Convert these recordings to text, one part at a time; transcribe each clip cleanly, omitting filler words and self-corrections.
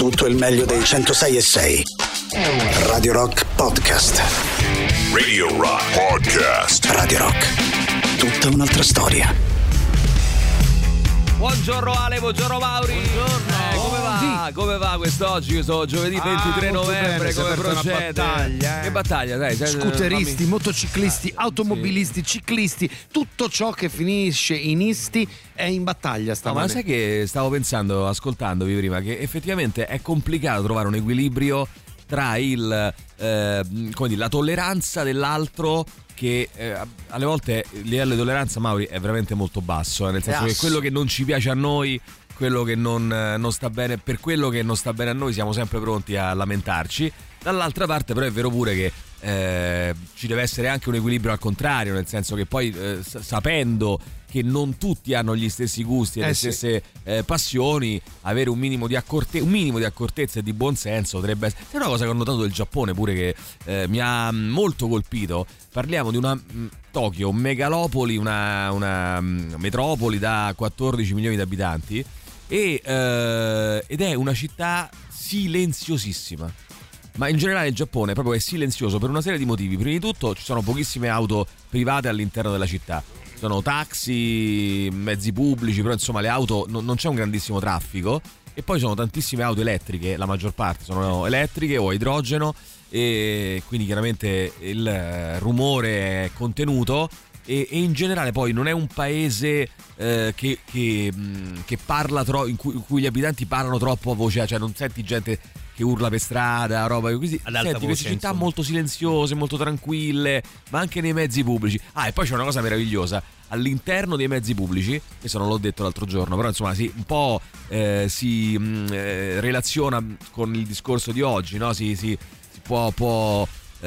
Tutto il meglio dei 106.6. Radio Rock Podcast. Radio Rock Podcast. Radio Rock. Tutta un'altra storia. Buongiorno Ale, buongiorno Mauri. Buongiorno. Come va? Sì. Come va quest'oggi? Questo giovedì 23 novembre, come procede? Battaglia, Che battaglia, dai? Scooteristi, motociclisti, automobilisti, ciclisti, tutto ciò che finisce in isti è in battaglia Ma sai che stavo pensando, ascoltandovi prima, che effettivamente è complicato trovare un equilibrio tra il come dire, la tolleranza dell'altro, che alle volte il livello di tolleranza, Mauri, è veramente molto basso, nel senso che quello che non ci piace a noi, quello che non sta bene, per quello che non sta bene a noi siamo sempre pronti a lamentarci. Dall'altra parte però è vero pure che ci deve essere anche un equilibrio al contrario, nel senso che poi sapendo che non tutti hanno gli stessi gusti e le stesse passioni, avere un minimo di accortezza e di buonsenso potrebbe essere. È una cosa che ho notato del Giappone pure, che mi ha molto colpito. Parliamo di una Tokyo, megalopoli, una metropoli da 14 milioni di abitanti, ed è una città silenziosissima. Ma in generale il Giappone proprio è silenzioso per una serie di motivi. Prima di tutto ci sono pochissime auto private all'interno della città, sono taxi, mezzi pubblici, però insomma le auto non c'è un grandissimo traffico. E poi sono tantissime auto elettriche, la maggior parte sono elettriche o a idrogeno, e quindi chiaramente il rumore è contenuto. E in generale poi non è un paese che parla in cui gli abitanti parlano troppo a voce, cioè non senti gente che urla per strada, roba così. Senti queste città insomma molto silenziose, molto tranquille, ma anche nei mezzi pubblici. E poi c'è una cosa meravigliosa: all'interno dei mezzi pubblici, questo non l'ho detto l'altro giorno, però insomma un po' si relaziona con il discorso di oggi, no? Si può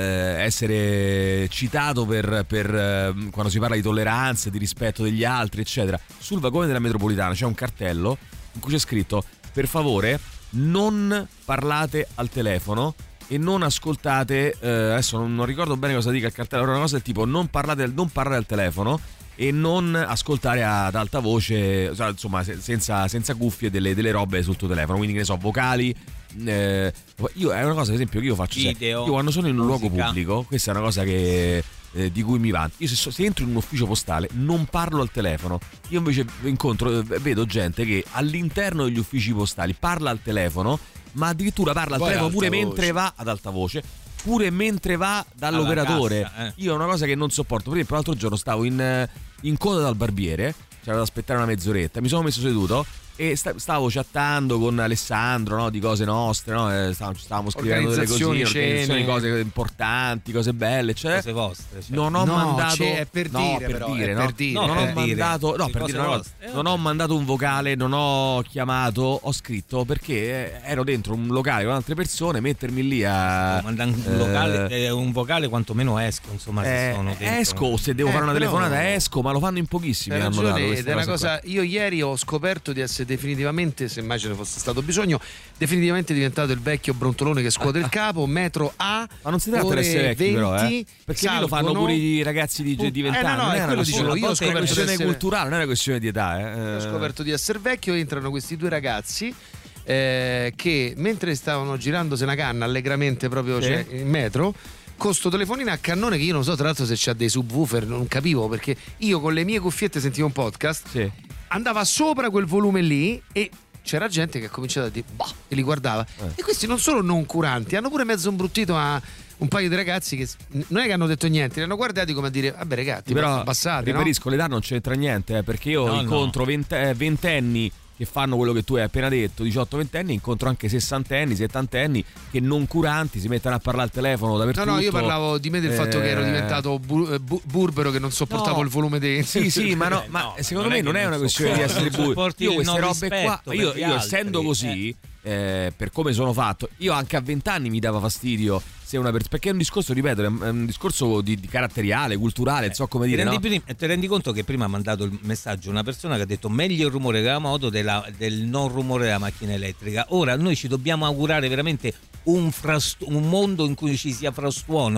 essere citato per quando si parla di tolleranza, di rispetto degli altri, eccetera. Sul vagone della metropolitana c'è un cartello in cui c'è scritto: per favore non parlate al telefono e non ascoltate, adesso non ricordo bene cosa dica il cartello, però è una cosa del tipo: non parlare al telefono e non ascoltare ad alta voce, insomma senza cuffie delle robe sul tuo telefono, quindi che ne so, vocali. Io è una cosa, per esempio, che io faccio io quando sono in un luogo pubblico, questa è una cosa che di cui mi vanto. Io se entro in un ufficio postale non parlo al telefono. Io invece vedo gente che all'interno degli uffici postali parla al telefono, ma addirittura parla al telefono pure mentre va ad alta voce, pure mentre va dall'operatore. Cassa, Io è una cosa che non sopporto. Per esempio l'altro giorno stavo in coda dal barbiere, c'era da aspettare una mezz'oretta, mi sono messo seduto e stavo chattando con Alessandro, no, di cose nostre, no? Stavamo scrivendo delle cose, cose importanti, cose belle, eccetera. Cose vostre, cioè. Non ho mandato non ho mandato un vocale, non ho chiamato, ho scritto, perché ero dentro un locale con altre persone. Mettermi lì a un vocale quantomeno esco, insomma, se sono dentro. Esco, se devo fare una telefonata esco, ma lo fanno in pochissimi. Hanno dato, ed è una cosa. Io ieri ho scoperto di essere definitivamente, se mai ce ne fosse stato bisogno, definitivamente diventato il vecchio brontolone che scuote il capo, metro A. Ma non si tratta di essere vecchi, però, perché lì lo fanno pure i ragazzi di 20 anni. Non è una questione culturale, non è una questione di età. Ho scoperto di essere vecchio. Entrano questi due ragazzi che mentre stavano girandosi una canna allegramente proprio in metro, con sto telefonino a cannone, che io non so tra l'altro se c'ha dei subwoofer, non capivo, perché io con le mie cuffiette sentivo un podcast, andava sopra quel volume lì e c'era gente che ha cominciato a dire boh, e li guardava. E questi non solo non curanti, hanno pure mezzo imbruttito a un paio di ragazzi che non è che hanno detto niente, li hanno guardati come a dire vabbè ragazzi, però passate, riperisco, l'età non c'entra niente, perché io incontro ventenni che fanno quello che tu hai appena detto, 18-20 anni, incontro anche 60enni, 70enni che non curanti si mettono a parlare al telefono dappertutto. No, io parlavo di me, del fatto che ero diventato burbero, che non sopportavo il volume dentro. Sì, ma secondo me non è una questione di essere burbero. Io queste robe qua, io essendo così, per come sono fatto, io anche a 20 anni mi dava fastidio se perché è un discorso, ripeto, è un discorso di caratteriale, culturale, non so come dire. Ti rendi conto che prima ha mandato il messaggio una persona che ha detto meglio il rumore della moto del non rumore della macchina elettrica. Ora noi ci dobbiamo augurare veramente un mondo in cui ci sia frastuono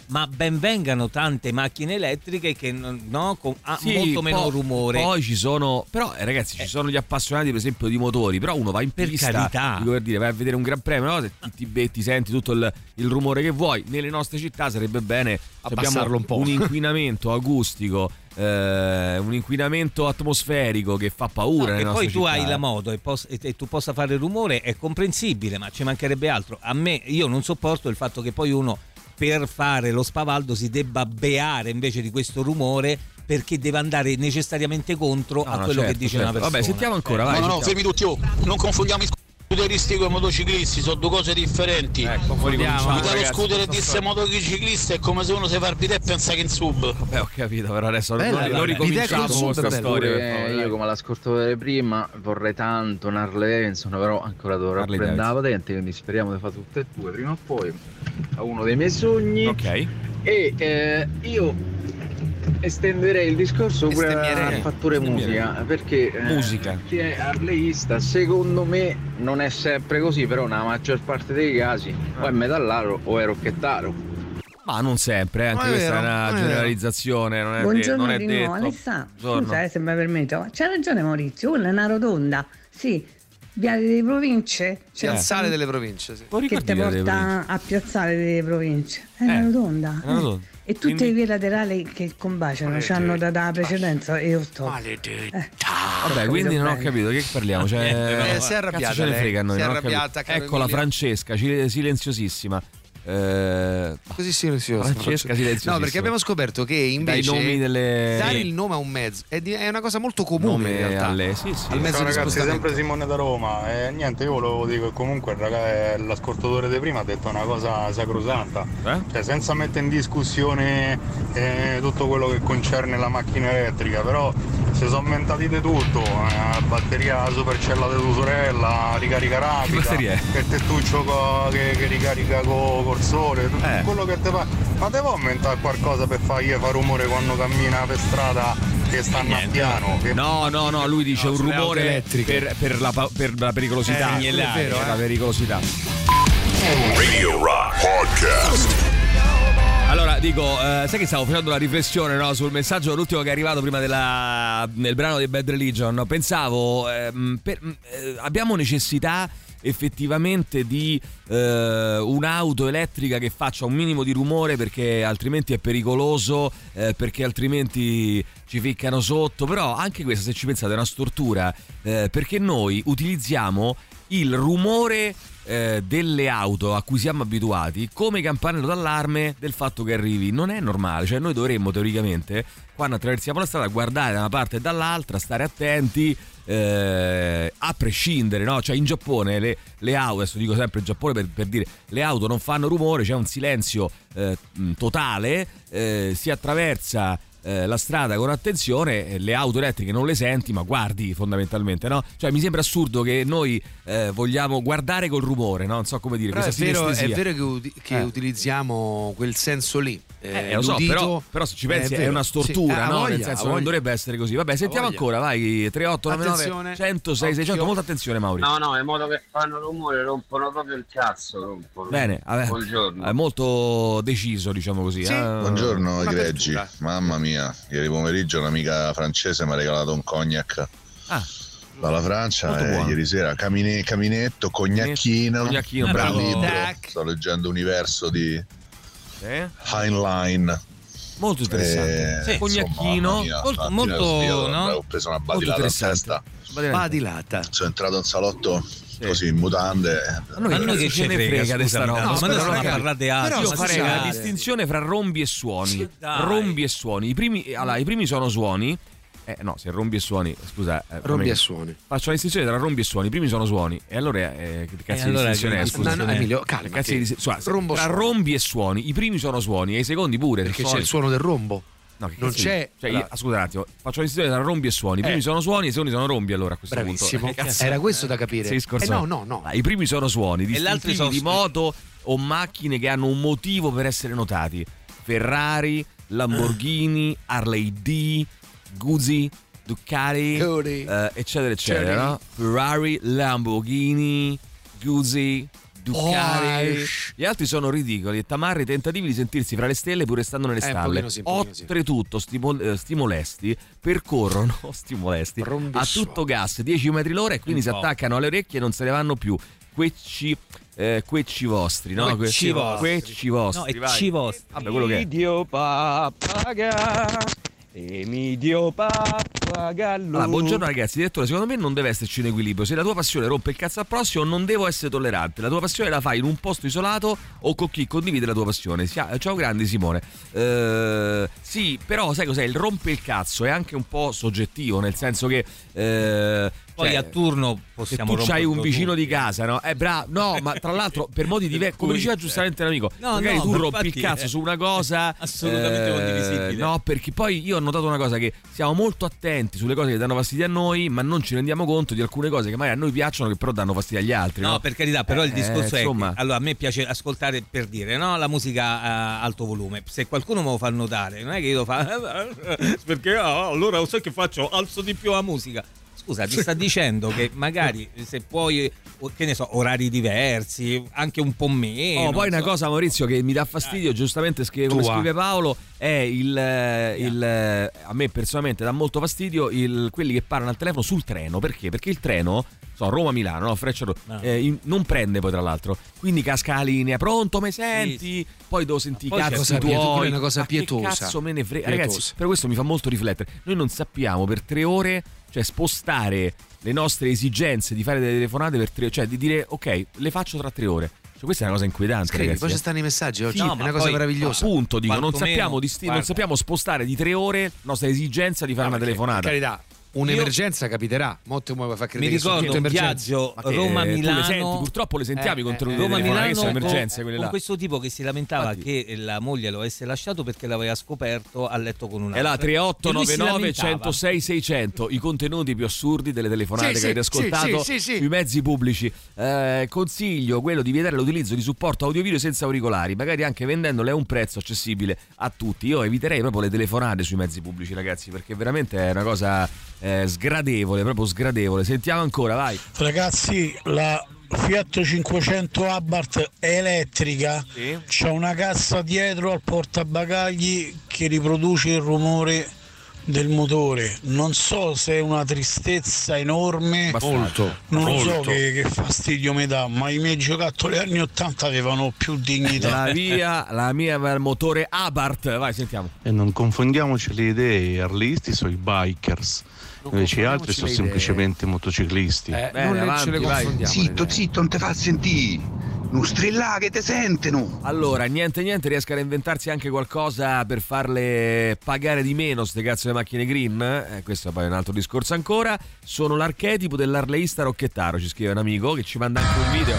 ma ben vengano tante macchine elettriche che Sì, molto meno rumore. Poi ci sono, però ragazzi, ci sono gli appassionati per esempio di motori, però uno va in Per pista, carità. dico, per dire, vai a vedere un Gran Premio, no? Ti senti tutto il rumore che vuoi. Nelle nostre città sarebbe bene se abbassarlo abbiamo un po'. un inquinamento acustico, un inquinamento atmosferico che fa paura. E poi tu hai la moto moto e tu possa fare rumore, è comprensibile, ma ci mancherebbe altro. Io non sopporto il fatto che poi uno per fare lo spavaldo si debba beare invece di questo rumore, perché deve andare necessariamente contro a quello che dice una persona. Vabbè, sentiamo ancora, vai. No, fermi tutti, non confondiamo i scooteristi con i motociclisti, sono due cose differenti. Guidare lo scooter e disse motociclista è come se uno si fa il bidet e pensa che è in sub. Vabbè, ho capito, però adesso Bella, non ricominciamo con questa storia. Io come l'ascoltatore prima vorrei tanto un Harley Davidson, però ancora dovrò prendere la patente, quindi speriamo di fare tutte e due prima o poi. È uno dei miei sogni. Ok. E io estenderei il discorso pure al fattore musica, perché chi è harleyista secondo me non è sempre così, però nella maggior parte dei casi o è metallaro o è rocchettaro. Ma non sempre, anche questa è una generalizzazione, non è, Buongiorno non è di detto. nuovo, Alessandro. Scusa, se mi permetto, c'ha ragione Maurizio, quella è una rotonda, sì, Viale delle Province, Piazzale delle Province, sì. Che ti porta a Piazzale delle Province, è una rotonda. E tutte le vie laterali che combaciano hanno da precedenza e io sto. Vabbè, quindi non ho capito che parliamo. Cioè, si è arrabbiata. Cazzo ce ne frega a noi, si è non ho arrabbiata. capito. Eccola Francesca, silenziosissima. Così silenziosa. Francesca silenziosa. No, perché abbiamo scoperto che invece dai nomi dare il nome a un mezzo è una cosa molto comune in realtà. Al mezzo Ciao ragazzi, sempre Simone da Roma. Niente, io volevo dire che comunque l'ascoltatore di prima ha detto una cosa sacrosanta. Cioè, senza mettere in discussione tutto quello che concerne la macchina elettrica, però si sono inventati di tutto, batteria supercella di tua sorella, ricarica rapida, il tettuccio che ricarica col sole, tutto quello che te fa. Ma te può inventare qualcosa per fargli fare rumore quando cammina per strada che stanno a piano? No, lui dice un rumore per la pericolosità. È vero, la pericolosità. Radio Rock Podcast. Allora dico, sai che stavo facendo una riflessione, no, sul messaggio l'ultimo che è arrivato prima nel brano di Bad Religion. Pensavo, abbiamo necessità effettivamente di un'auto elettrica che faccia un minimo di rumore, perché altrimenti è pericoloso, perché altrimenti ci ficcano sotto. Però anche questa, se ci pensate, è una stortura, perché noi utilizziamo il rumore delle auto a cui siamo abituati come campanello d'allarme del fatto che arrivi. Non è normale, cioè noi dovremmo teoricamente, quando attraversiamo la strada, guardare da una parte e dall'altra, stare attenti, a prescindere, no? Cioè in Giappone le auto, adesso dico sempre in Giappone per dire, le auto non fanno rumore, c'è un silenzio totale, si attraversa la strada con attenzione, le auto elettriche non le senti ma guardi, fondamentalmente, no? Cioè mi sembra assurdo che noi vogliamo guardare col rumore, no? Non so come dire. Però questa è vero che utilizziamo quel senso lì, lo so, però se ci pensi è una stortura, no? Nel senso non dovrebbe essere così. Vabbè, sentiamo ancora, vai. 3899 106 600. Molta attenzione, Mauri. No, in modo che fanno rumore rompono proprio il cazzo. Bene, buongiorno. È molto deciso, diciamo così. Sì. Buongiorno Greggi, mamma mia, ieri pomeriggio un'amica francese mi ha regalato un cognac dalla Francia e ieri sera caminetto, cognacchino, bravo libro. Sto leggendo Universo di Heinlein, molto interessante. Cognacchino, molto ho preso una badilata in testa. Sono entrato in salotto così in mutande. A noi che ce ne frega di sta roba? Ma noi non parlate altro. Io farei la distinzione fra rombi e suoni. Rombi e suoni. I primi sono suoni. No, se rombi e suoni, scusa. Rombi e suoni. Faccio la distinzione tra rombi e suoni. I primi sono suoni. E allora che cazzo di distinzione è? Scusa, Emilio, calma. Tra rombi e suoni, i primi sono suoni e i secondi pure. Perché c'è il suono del rombo. No, non c'è. Scusa un attimo, faccio la distinzione tra rombi e suoni. I primi sono suoni e i secondi sono rombi. Allora a questo bravissimo. punto. Era questo da capire. No. I primi sono suoni distintivi di moto o macchine che hanno un motivo per essere notati. Ferrari, Lamborghini, Harley D, Guzzi, Ducati, eccetera, eccetera. No? Ferrari, Lamborghini, Guzzi, Ducati. Gli altri sono ridicoli e tamarri tentativi di sentirsi fra le stelle pur restando nelle stalle. Oltretutto stimolesti percorrono a tutto gas 10 metri l'ora e quindi si attaccano alle orecchie e non se ne vanno più. Quecci vostri, no? Quecci vostri. No, e ci vostri. Vabbè, quello che è. Emidio Pappagallo. Allora, buongiorno ragazzi, direttore, secondo me non deve esserci un equilibrio. Se la tua passione rompe il cazzo al prossimo, non devo essere tollerante. La tua passione la fai in un posto isolato o con chi condivide la tua passione. Ciao grandi Simone. Sì, però sai cos'è? Il rompe il cazzo è anche un po' soggettivo, nel senso che poi a turno possiamo tu c'hai un vicino di casa, no? Bravo, no, ma tra l'altro per modi diversi, come diceva giustamente un amico, magari tu rompi il cazzo su una cosa assolutamente condivisibile. No, perché poi io ho notato una cosa, che siamo molto attenti sulle cose che danno fastidio a noi, ma non ci rendiamo conto di alcune cose che magari a noi piacciono che però danno fastidio agli altri. No, per carità, però il discorso è che, allora a me piace ascoltare, per dire, no, la musica a alto volume. Se qualcuno me lo fa notare, non è che io lo fa perché allora sai che faccio, alzo di più la musica. Scusa, ti sta dicendo che magari se puoi, che ne so, orari diversi, anche un po' meno. Poi una cosa, Maurizio, che mi dà fastidio, giustamente come scrive Paolo, è a me personalmente dà molto fastidio quelli che parlano al telefono sul treno. Perché? Perché il treno, Roma-Milano, no? Non prende poi tra l'altro, quindi casca la linea, pronto, mi senti? Poi devo sentire i cazzi tuoi, è una cosa pietosa. Che cazzo me ne frega, ragazzi, per questo mi fa molto riflettere. Noi non sappiamo per 3 ore, cioè spostare le nostre esigenze di fare delle telefonate per 3 ore, cioè di dire ok, le faccio tra 3 ore. Cioè, questa è una cosa inquietante, ragazzi. Poi ci stanno i messaggi oggi, sì, è una cosa meravigliosa. Appunto, dico, non sappiamo spostare di 3 ore la nostra esigenza di fare una telefonata. Per carità, un'emergenza capiterà. Molte come fa credere. Mi ricordo un viaggio Roma-Milano. Purtroppo le sentiamo i contenuti Roma-Milano sono emergenze quelle là. Con questo tipo che si lamentava che la moglie lo avesse lasciato perché l'aveva scoperto a letto con un altro. È la 3899 106 600, i contenuti più assurdi delle telefonate che avete ascoltato sui mezzi pubblici. Consiglio quello di vietare l'utilizzo di supporto audio-video senza auricolari, magari anche vendendole a un prezzo accessibile a tutti. Io eviterei proprio le telefonate sui mezzi pubblici, ragazzi, perché veramente è una cosa sgradevole, proprio sgradevole. Sentiamo ancora, vai. Ragazzi, la Fiat 500 Abarth è elettrica, c'ha una cassa dietro al portabagagli che riproduce il rumore del motore. Non so se è una tristezza enorme, non so che fastidio mi dà, ma i miei giocattoli anni 80 avevano più dignità. La mia aveva il motore Abarth. Vai, sentiamo. E non confondiamoci le idee, gli arlisti sono i bikers, invece gli altri sono semplicemente motociclisti. Non ce le confondiamo. Zitto, non te fa sentire. Non strillare che te sentono. Allora, niente, riescano a inventarsi anche qualcosa per farle pagare di meno ste cazzo di macchine green. Questo poi è un altro discorso ancora. Sono l'archetipo dell'arleista rocchettaro, ci scrive un amico che ci manda anche un video.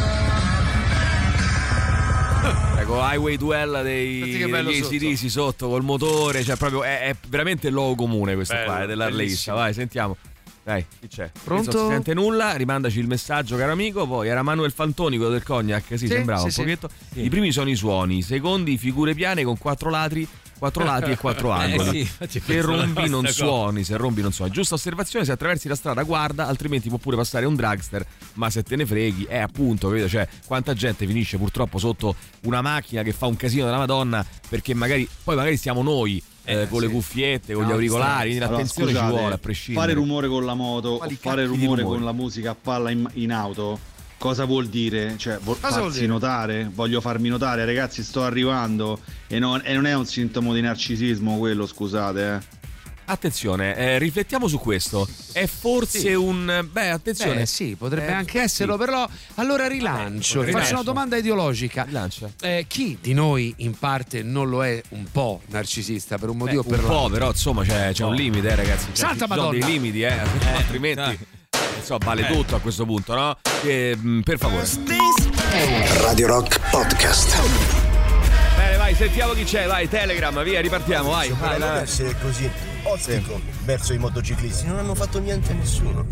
Ecco, Highway Duel degli AC/DC sotto col motore, cioè proprio è veramente il luogo comune questo qua, è dell'arleista. Vai, sentiamo. Dai, chi c'è? Pronto? Non si sente nulla, rimandaci il messaggio, caro amico. Poi era Manuel Fantoni, quello del cognac. Sì, sembrava un pochetto. Sì. I primi sono i suoni, i secondi figure piane con 4 lati e 4 angoli. Se rompi non suoni, Giusta osservazione, se attraversi la strada guarda, altrimenti può pure passare un dragster, ma se te ne freghi, appunto, capito? Cioè, quanta gente finisce purtroppo sotto una macchina che fa un casino della Madonna, perché magari siamo noi con le cuffiette, con gli auricolari, l'attenzione ci vuole a prescindere. Fare rumore con la moto o fare rumore con la musica a palla in auto, cosa vuol dire? Cioè, farsi notare? Voglio farmi notare, ragazzi, sto arrivando, e non è un sintomo di narcisismo quello, scusate. Attenzione, riflettiamo su questo. È forse attenzione. Sì, potrebbe anche esserlo, però allora rilancio. Faccio una domanda ideologica. Chi di noi in parte non lo è un po' narcisista per un motivo o per l'altro? Un po', però insomma c'è un limite, ragazzi. Santa Madonna! Ci sono dei limiti, altrimenti vale tutto a questo punto, no? Per favore. Radio Rock Podcast. Bene, vai, sentiamo chi c'è, vai, Telegram, via, ripartiamo, vai. Non deve essere così ostico verso i motociclisti, non hanno fatto niente a nessuno.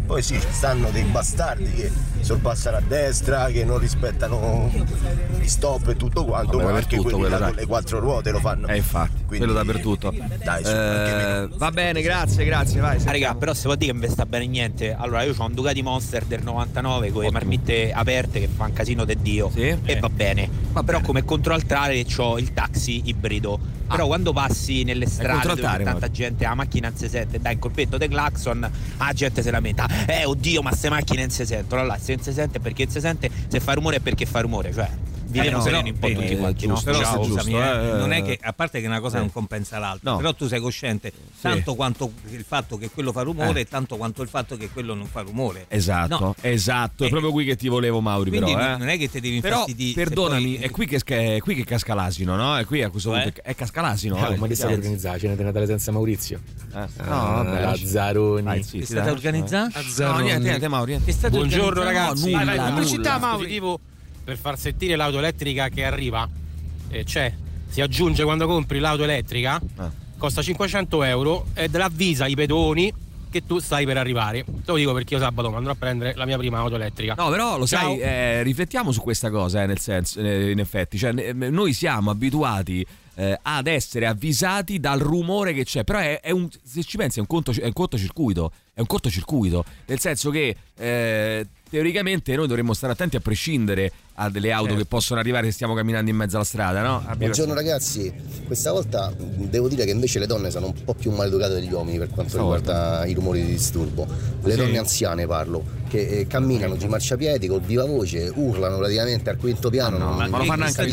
Poi sì, ci stanno dei bastardi che sorpassano a destra, che non rispettano gli stop e tutto quanto, ma anche quelli là con le 4 ruote lo fanno. Infatti, quindi, quello dappertutto. Dai, va bene, grazie, vai. Raga, però se può dire che non vi sta bene niente. Allora, io ho un Ducati Monster del 99 con le marmitte aperte che fa un casino de Dio, e va bene. Però come controaltare c'ho il taxi ibrido. Però quando passi nelle strade dove c'è tanta gente, la macchina non si sente, dai, il colpetto del clacson, la gente si lamenta. Oddio, ma ste macchine non si sentono. Allora, se non si sente perché non si sente, se fa rumore è perché fa rumore, cioè viviamo sereni un po' tutti quanti, no? Però scusami, non è che, a parte che una cosa non compensa l'altra, però tu sei cosciente tanto quanto il fatto che quello fa rumore, tanto quanto il fatto che quello non fa rumore. Esatto, è proprio qui che ti volevo, Mauri. Quindi però non è che ti devi infastidire. Perdonami, è qui che casca l'asino, no? È qui a questo punto è casca l'asino. Ma che stai organizzando? Cena di Natale senza Maurizio? No, vabbè, Lazzaroni. È stata organizzata? No, niente, Mauri. Buongiorno ragazzi. Pubblicità, Mauri. Per far sentire l'auto elettrica che arriva, si aggiunge quando compri l'auto elettrica, costa 500 euro ed avvisa i pedoni che tu stai per arrivare. Te lo dico perché io sabato andrò a prendere la mia prima auto elettrica. No, però lo sai, riflettiamo su questa cosa, nel senso, in effetti, cioè noi siamo abituati ad essere avvisati dal rumore che c'è, però se ci pensi è un cortocircuito, nel senso che teoricamente noi dovremmo stare attenti a prescindere a delle auto che possono arrivare se stiamo camminando in mezzo alla strada, no? Buongiorno ragazzi, questa volta devo dire che invece le donne sono un po' più maleducate degli uomini per quanto riguarda i rumori di disturbo. Le donne anziane parlo, che camminano di marciapiedi col viva voce, urlano praticamente al quinto piano. Ma lo fanno anche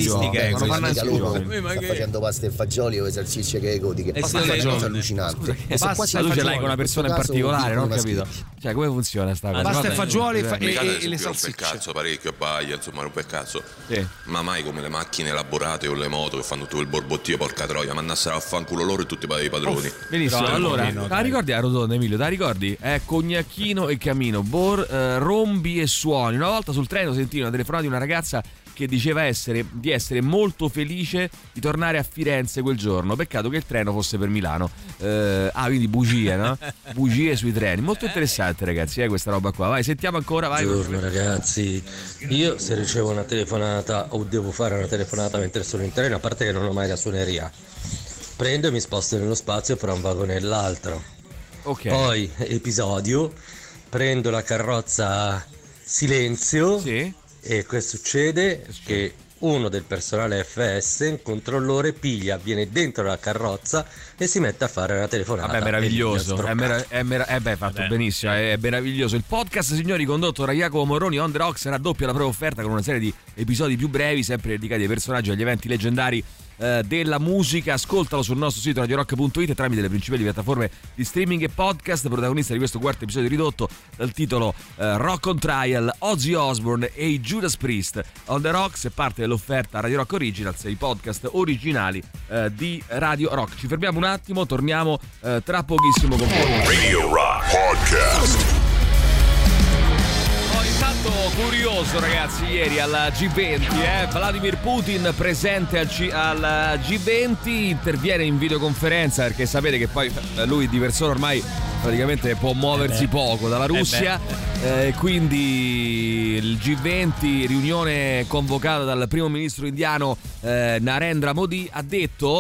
sta facendo pasta e fagioli o salsicce che godiche. È una cosa allucinante. Tu ce l'hai con una persona in particolare, non ho capito. Cioè, come funziona sta cosa? Pasta e fagioli e le salsicce. Per cazzo parecchio, abbaia, insomma, rompe il cazzo. Ma mai come le macchine elaborate o le moto che fanno tutto il borbottio, porca troia, mandassero a fanculo loro e tutti i padroni. Benissimo, allora, la ricordi a Rotonda, Emilio? La ricordi? Cognacchino e Camino, rombi e suoni. Una volta sul treno sentii una telefonata di una ragazza che diceva di essere molto felice di tornare a Firenze quel giorno. Peccato che il treno fosse per Milano. Quindi bugie, no? Bugie sui treni. Molto interessante, ragazzi, questa roba qua. Vai, sentiamo ancora, vai. Buongiorno ragazzi. Io se ricevo una telefonata o devo fare una telefonata mentre sono in treno, a parte che non ho mai la suoneria, prendo e mi sposto nello spazio fra un vagone e l'altro. Poi, episodio, prendo la carrozza silenzio. E cosa succede? Che uno del personale FS, un controllore, viene dentro la carrozza e si mette a fare una telefonata. Vabbè, meraviglioso. Fatto benissimo, è meraviglioso. Il podcast, signori, condotto da Jacopo Morroni, On The Rocks, raddoppia la propria offerta con una serie di episodi più brevi, sempre dedicati ai personaggi e agli eventi leggendari della musica. Ascoltalo sul nostro sito radiorock.it e tramite le principali piattaforme di streaming e podcast. Protagonista di questo quarto episodio ridotto dal titolo Rock on Trial, Ozzy Osbourne e i Judas Priest. On The Rocks è parte dell'offerta Radio Rock Originals, i podcast originali di Radio Rock. Ci fermiamo un attimo, torniamo tra pochissimo con voi. Radio Rock Podcast. Intanto curioso, ragazzi, ieri alla G20 Vladimir Putin presente al G20, interviene in videoconferenza perché sapete che poi lui di persona ormai praticamente può muoversi poco dalla Russia, quindi il G20, riunione convocata dal primo ministro indiano Narendra Modi, ha detto,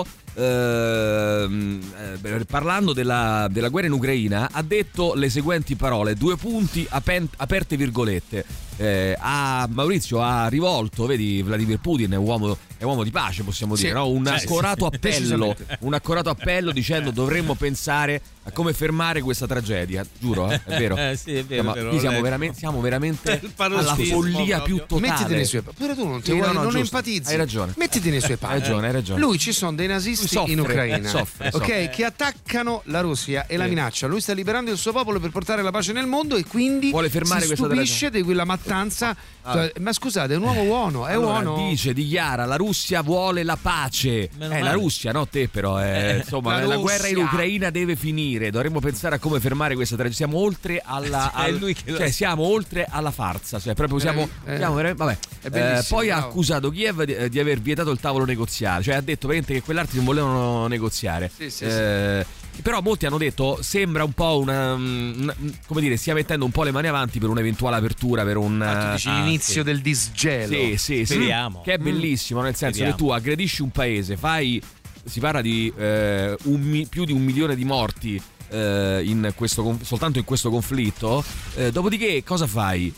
parlando della guerra in Ucraina, ha detto le seguenti parole, aperte virgolette. Maurizio ha rivolto, vedi, Vladimir Putin è uomo di pace, possiamo dire, no? Un accorato appello dicendo dovremmo pensare a come fermare questa tragedia, giuro, è vero? Sì, è vero. Qui siamo veramente alla follia più totale. Mettiti nei suoi panni. Pure tu non empatizzi. Hai ragione. Mettiti nei suoi panni. Hai ragione. Lui, ci sono dei nazisti in Ucraina, soffre. Che attaccano la Russia e la minaccia. Lui sta liberando il suo popolo per portare la pace nel mondo e quindi vuole fermare si stupisce di quella mattanza. Ma scusate, è un uomo buono, dichiara, la Russia vuole la pace. La Russia, no te però, insomma, la guerra in Ucraina deve finire. Dovremmo pensare a come fermare questa tragedia. Siamo oltre siamo oltre alla farsa, cioè proprio siamo vabbè. Poi ha accusato Kiev di aver vietato il tavolo negoziale, cioè ha detto praticamente che quell'altro non volevano negoziare. Però molti hanno detto sembra un po' come dire, stia mettendo un po' le mani avanti per un'eventuale apertura, per un tu dici l'inizio del disgelo. Sì, speriamo. Che è bellissimo, nel senso che tu aggredisci un paese, si parla di più di 1 milione di morti soltanto in questo conflitto, dopodiché cosa fai?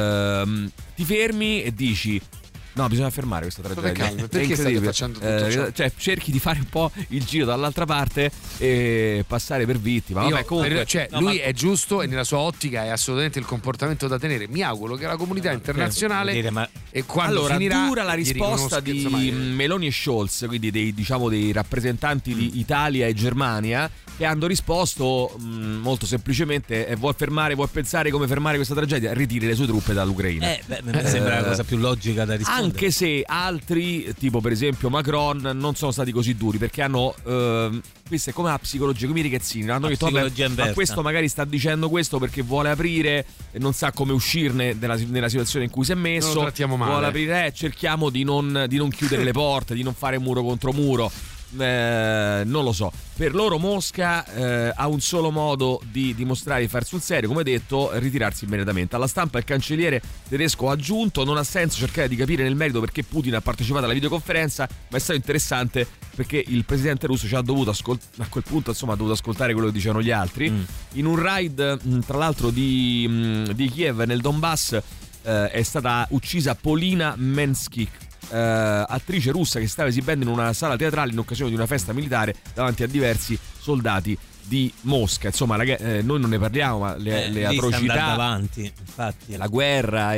Ti fermi e dici no, bisogna fermare questa tragedia. Perché state facendo tutto ciò? Cioè, cerchi di fare un po' il giro dall'altra parte e passare per vittima. Vabbè, comunque, lui è giusto e nella sua ottica è assolutamente il comportamento da tenere. Mi auguro che la comunità internazionale e quando finirà dura la risposta di Meloni e Scholz, quindi dei rappresentanti di Italia e Germania, che hanno risposto molto semplicemente: vuol pensare come fermare questa tragedia? Ritiri le sue truppe dall'Ucraina. Mi sembra la cosa più logica da rispondere. Anche se altri, tipo per esempio Macron, non sono stati così duri, perché hanno questa è come la psicologia, come i ragazzini hanno detto ma questo magari sta dicendo questo perché vuole aprire e non sa come uscirne nella situazione in cui si è messo, non lo trattiamo male. Vuole aprire, cerchiamo di non chiudere le porte, di non fare muro contro muro. Non lo so, per loro Mosca ha un solo modo di dimostrare di farsi un serio, come detto, ritirarsi immediatamente. Alla stampa il cancelliere tedesco ha aggiunto: non ha senso cercare di capire nel merito perché Putin ha partecipato alla videoconferenza, ma è stato interessante perché il presidente russo ci ha dovuto a quel punto, insomma, ha dovuto ascoltare quello che dicevano gli altri. In un raid tra l'altro di Kiev nel Donbass è stata uccisa Polina Menskik, attrice russa che stava esibendo in una sala teatrale in occasione di una festa militare davanti a diversi soldati di Mosca. Insomma, noi non ne parliamo, ma le atrocità avanti, infatti. La guerra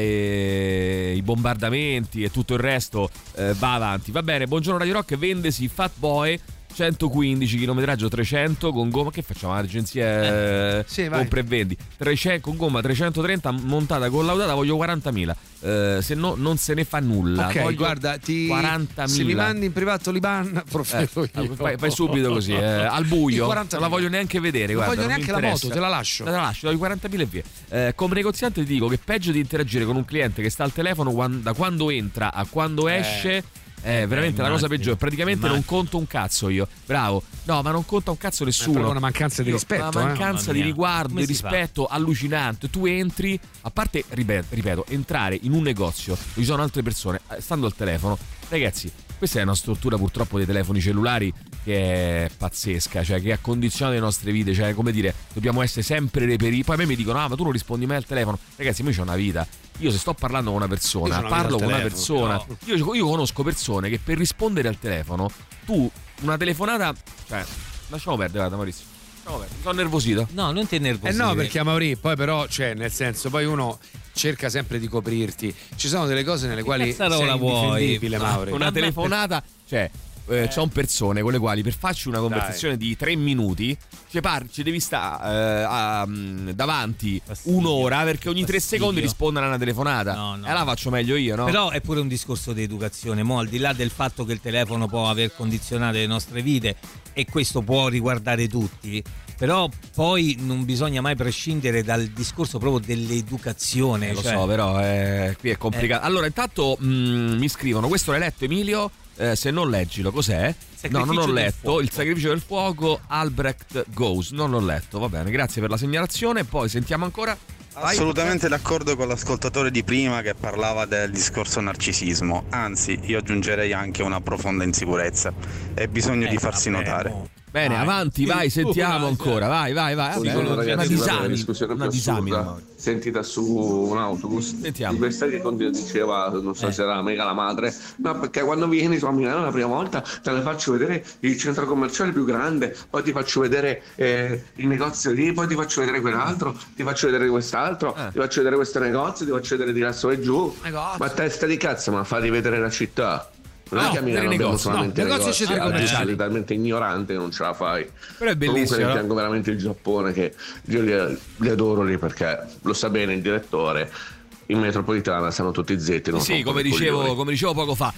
e i bombardamenti e tutto il resto va avanti. Va bene, buongiorno Radio Rock, vendesi Fat Boy 115, chilometraggio 300 con gomma, che facciamo? Agenzia compra e vendi, con gomma 330 montata collaudata, voglio 40.000, se no non se ne fa nulla. Ok, voglio guarda, 40.000. Se mi mandi in privato l'Iban profilo io. Fai subito così, al buio, non la voglio neanche vedere, non guarda, voglio neanche la moto, te la lascio, voglio 40.000 e via. Come negoziante ti dico che peggio di interagire con un cliente che sta al telefono da quando entra a quando esce. Veramente la cosa peggiore. Praticamente non conto un cazzo io. Bravo. No, ma non conta un cazzo nessuno. È una mancanza di rispetto. Una mancanza di riguardo, di rispetto allucinante. Tu entri, a parte, ripeto, entrare in un negozio dove ci sono altre persone, stando al telefono. Ragazzi, questa è una struttura purtroppo dei telefoni cellulari che è pazzesca, cioè che ha condizionato le nostre vite, cioè come dire, dobbiamo essere sempre reperiti. Poi a me mi dicono: ma tu non rispondi mai al telefono. Ragazzi, io c'ho una vita. Io se sto parlando con una persona, parlo con una persona. No. Io conosco persone che per rispondere al telefono, tu una telefonata, cioè, lasciamo perdere, guarda Maurizio. Mi sono nervosito. No, non ti nervosire. No, perché a Mauri, poi però, cioè, nel senso, poi uno cerca sempre di coprirti. Ci sono delle cose nelle quali sei indifendibile, Mauri. Una telefonata, cioè sono persone con le quali per farci una conversazione di 3 minuti ci devi stare davanti un'ora, perché ogni 3 secondi rispondono a una telefonata. No. La faccio meglio io, no? Però è pure un discorso di educazione, al di là del fatto che il telefono può aver condizionato le nostre vite, e questo può riguardare tutti, però poi non bisogna mai prescindere dal discorso proprio dell'educazione. Lo so, però qui è complicato. Allora, intanto mi scrivono: questo l'hai letto, Emilio? Se non leggilo, cos'è? No, non ho letto. Il sacrificio del fuoco, Albrecht Goes. Non l'ho letto, va bene, grazie per la segnalazione. Poi sentiamo ancora. Assolutamente d'accordo con l'ascoltatore di prima che parlava del discorso narcisismo. Anzi, io aggiungerei anche una profonda insicurezza e bisogno di farsi notare. Bene, avanti, vai, sentiamo ancora. Vai. Buongiorno ragazzi, una discussione più assurda sentita su un autobus. Sentiamo. Di questa che diceva, non so se era mega la madre, ma perché quando vieni su a Milano la prima volta te ne faccio vedere il centro commerciale più grande, poi ti faccio vedere il negozio lì, poi ti faccio vedere quell'altro, ti faccio vedere quest'altro, ti faccio vedere questo negozio, ti faccio vedere di là su e giù. Ma testa di cazzo, ma fatti vedere la città. Non è che a Milano abbiamo solamente negozi, è talmente ignorante che non ce la fai. Però è bellissimo. Comunque rimpiango veramente il Giappone, che io li adoro lì, perché lo sa bene il direttore. In metropolitana stanno tutti zitti. Sì, come dicevo poco fa.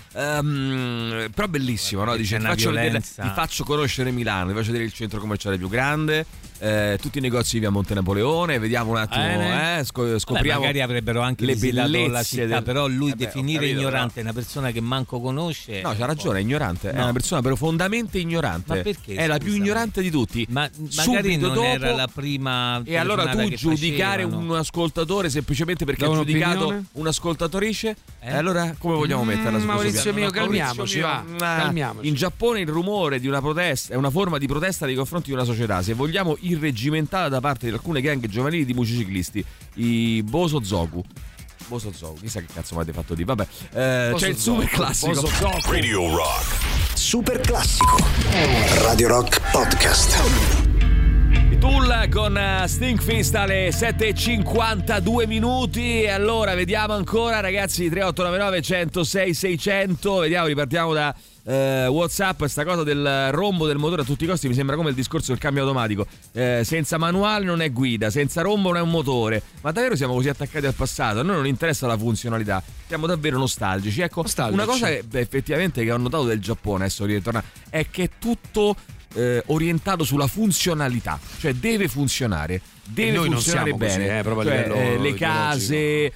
Però bellissimo, no? Dice, ti faccio conoscere Milano, ti faccio vedere il centro commerciale più grande, tutti i negozi di via Monte Napoleone, vediamo un attimo, scopriamo. Magari avrebbero anche le bellezze la città, però lui definire capito, ignorante una persona che manco conosce. No, c'ha ragione, è ignorante, è una persona profondamente ignorante. Ma perché? È la più ignorante di tutti. Ma magari non dopo, era la prima. E allora tu giudicare un ascoltatore semplicemente perché ha giudicato un'ascoltatrice? E allora come vogliamo metterla su Maurizio mio, calmiamoci, calmiamoci. In Giappone il rumore di una protesta è una forma di protesta nei confronti di una società, se vogliamo irreggimentata da parte di alcune gang giovanili di motociclisti, i Bosozoku, chissà che cazzo mi avete fatto di. Vabbè, c'è il super classico Radio Rock. Super classico. Radio Rock Podcast. Tool con Stinkfist alle 7:52 minuti. E allora vediamo ancora, ragazzi, 3899 106 600. Vediamo, ripartiamo da WhatsApp. Sta cosa del rombo del motore a tutti i costi mi sembra come il discorso del cambio automatico. Senza manuale non è guida, senza rombo non è un motore. Ma davvero siamo così attaccati al passato? A noi non interessa la funzionalità, siamo davvero nostalgici. Ecco, una cosa che effettivamente che ho notato del Giappone, adesso ritorna, è che è tutto orientato sulla funzionalità, cioè deve funzionare, deve funzionare bene, cioè, le case,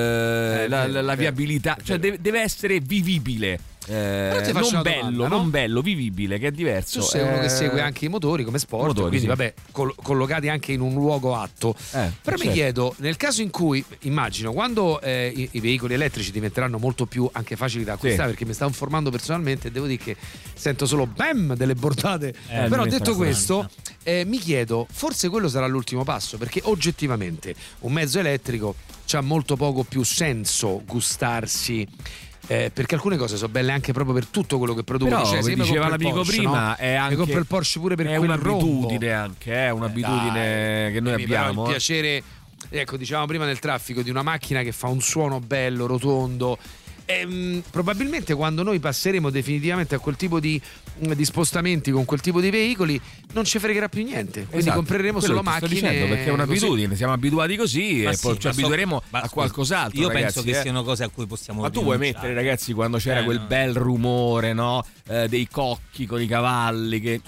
la viabilità, cioè deve essere vivibile. Non bello, non bello, vivibile, che è diverso. Tu sei uno che segue anche i motori come sport, quindi vabbè, collocati anche in un luogo atto. Però mi chiedo, nel caso in cui, immagino, quando i veicoli elettrici diventeranno molto più anche facili da acquistare, perché mi sta informando personalmente e devo dire che sento solo bam delle bordate. Però detto questo, mi chiedo, forse quello sarà l'ultimo passo, perché oggettivamente un mezzo elettrico c'ha molto poco più senso gustarsi. Perché alcune cose sono belle anche proprio per tutto quello che producono. Però, cioè, come diceva l'amico Porsche, prima, no? è anche compro il Porsche pure per è quel un'abitudine anche, è un'abitudine che noi abbiamo. Il piacere, ecco, dicevamo prima nel traffico, di una macchina che fa un suono bello, rotondo. Probabilmente quando noi passeremo definitivamente a quel tipo di spostamenti con quel tipo di veicoli non ci fregherà più niente, quindi compreremo solo macchine, dicendo, perché è un'abitudine, siamo abituati così e poi ci abitueremo a qualcos'altro. Io ragazzi, penso che siano cose a cui possiamo tu vuoi mettere, ragazzi, quando c'era quel bel rumore, no? Dei cocchi con i cavalli che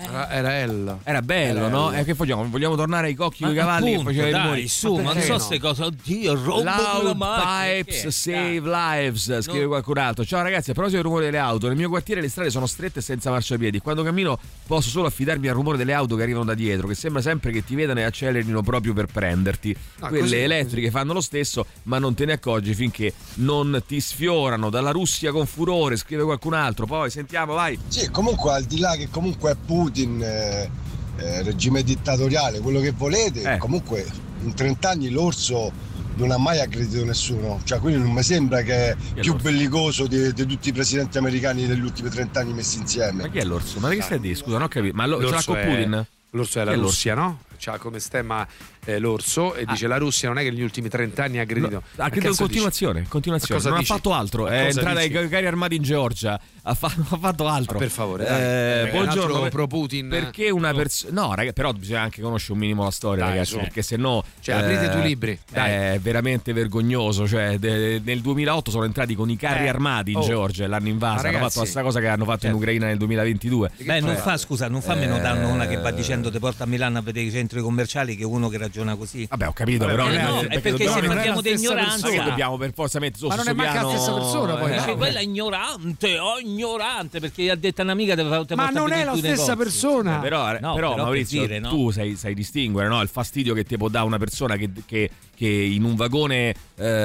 era bello, no? E che vogliamo tornare ai cocchi con i cavalli che faceva i rumori su, ma non so se cosa, oddio, Loud pipes save lives, scrive qualcun altro. Ciao ragazzi, a proposito del rumore delle auto, nel mio quartiere le strade sono strette e senza marciapiedi. Quando cammino posso solo affidarmi al rumore delle auto che arrivano da dietro, che sembra sempre che ti vedano e accelerino proprio per prenderti. Quelle elettriche fanno lo stesso, ma non te ne accorgi finché non ti sfiorano. Dalla Russia con furore, scrive qualcun altro. Poi sentiamo, vai. Sì, comunque al di là che comunque è Putin, regime dittatoriale, quello che volete, comunque in 30 anni l'orso non ha mai aggredito nessuno, cioè quindi non mi sembra che è più bellicoso di tutti i presidenti americani degli ultimi 30 anni messi insieme. Ma chi è l'orso? Ma che stai a dire? Scusa, non ho capito. Ma ce l'ha con Putin? L'orso è la Russia, no? C'ha come stemma l'orso e dice la Russia non è che negli ultimi 30 anni ha aggredito. Ha aggredito in continuazione. Non ha fatto altro. È entrata ai carri armati in Georgia. Ha fatto altro. Ma per favore, buongiorno pro Putin. Perché una persona. No, ragazzi, però bisogna anche conoscere un minimo la storia, ragazzi. Perché se no. Cioè, aprite due libri. È veramente vergognoso. Cioè, nel 2008 sono entrati con i carri armati in Georgia, l'hanno invasa. Hanno fatto la stessa cosa che hanno fatto in Ucraina nel 2022. Beh, non fa meno danno una che va dicendo ti porta a Milano a vedere i centri commerciali che uno che ragiona così. Vabbè, ho capito, però è perché se parliamo di ignoranza che dobbiamo per forza mettere ma non è manca la stessa persona poi. Quella è ignorante perché ha detto un'amica ma non è la stessa persona. Però Maurizio, tu sai distinguere, no? Il fastidio che ti può dare una persona che in un vagone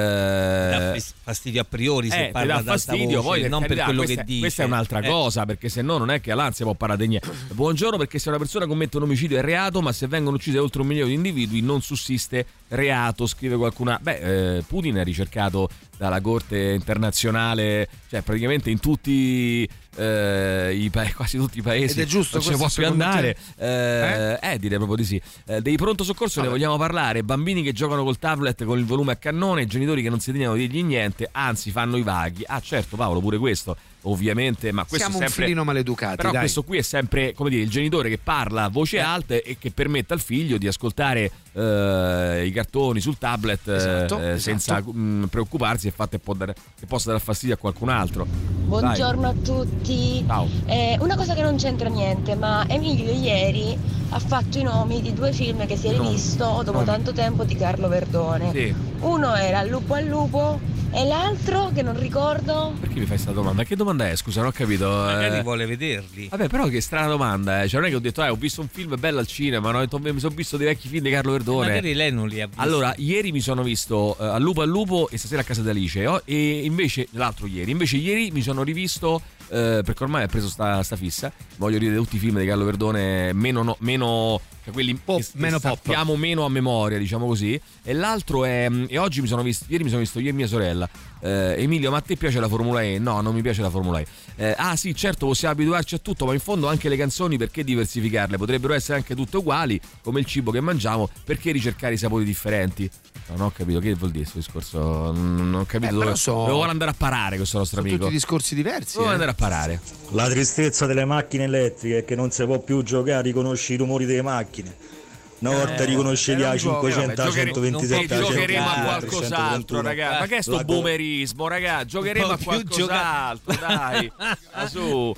dà fastidio a priori, se parla dà fastidio, voce, poi non per quello che dice. Questa è un'altra cosa, perché se no non è che all'ansia può parlare di niente. Buongiorno, perché se una persona commette un omicidio è reato, ma se vengono uccise oltre 1 milione di individui non sussiste reato, scrive qualcuna. Putin è ricercato dalla Corte internazionale, cioè praticamente in tutti quasi tutti i paesi. Ed è giusto, non ci può più andare. Direi proprio di sì. Dei pronto soccorso ne vogliamo parlare. Bambini che giocano col tablet con il volume a cannone, genitori che non si degnano di dirgli niente, anzi fanno i vaghi. Certo, Paolo, pure questo ovviamente, ma questo siamo è sempre un filino maleducati. Però questo qui è sempre, come dire, il genitore che parla a voce alta e che permette al figlio di ascoltare i cartoni sul tablet senza preoccuparsi del fatto che possa dar fastidio a qualcun altro. Buongiorno a tutti. Ciao. Una cosa che non c'entra niente, ma Emilio ieri ha fatto i nomi di 2 film che si è rivisto dopo tanto tempo di Carlo Verdone. Sì. Uno era Lupo al lupo e l'altro che non ricordo. Perché mi fai questa domanda? Che domanda è? Scusa, non ho capito. Magari vuole vederli. Vabbè, però che strana domanda, Cioè, non è che ho detto, ho visto un film bello al cinema, no? Mi sono visto dei vecchi film di Carlo Verdone. Magari lei non li ha visti. Allora, ieri mi sono visto Al lupo e stasera a casa di Alice. E invece, l'altro ieri, ieri mi sono rivisto, perché ormai ho preso sta fissa, voglio rivedere tutti i film di Carlo Verdone meno cioè quelli pop, meno sappiamo meno a memoria, diciamo così. E l'altro è, e oggi ieri mi sono visto io e mia sorella. Emilio, ma a te piace la Formula E? No, non mi piace la Formula E. Sì, certo, possiamo abituarci a tutto, ma in fondo anche le canzoni, perché diversificarle? Potrebbero essere anche tutte uguali, come il cibo che mangiamo, perché ricercare i sapori differenti? Non ho capito che vuol dire questo discorso, non ho capito dove vuole andare a parare questo nostro amico. Tutti discorsi diversi. Dove andare a parare? La tristezza delle macchine elettriche è che non si può più giocare, riconosci i rumori delle macchine. Una volta riconoscevi a 500, a 127, giocheremo a qualcos'altro, ragazzi. Ma che è sto boomerismo, ragazzi? Giocheremo a qualcos'altro, dai. Su,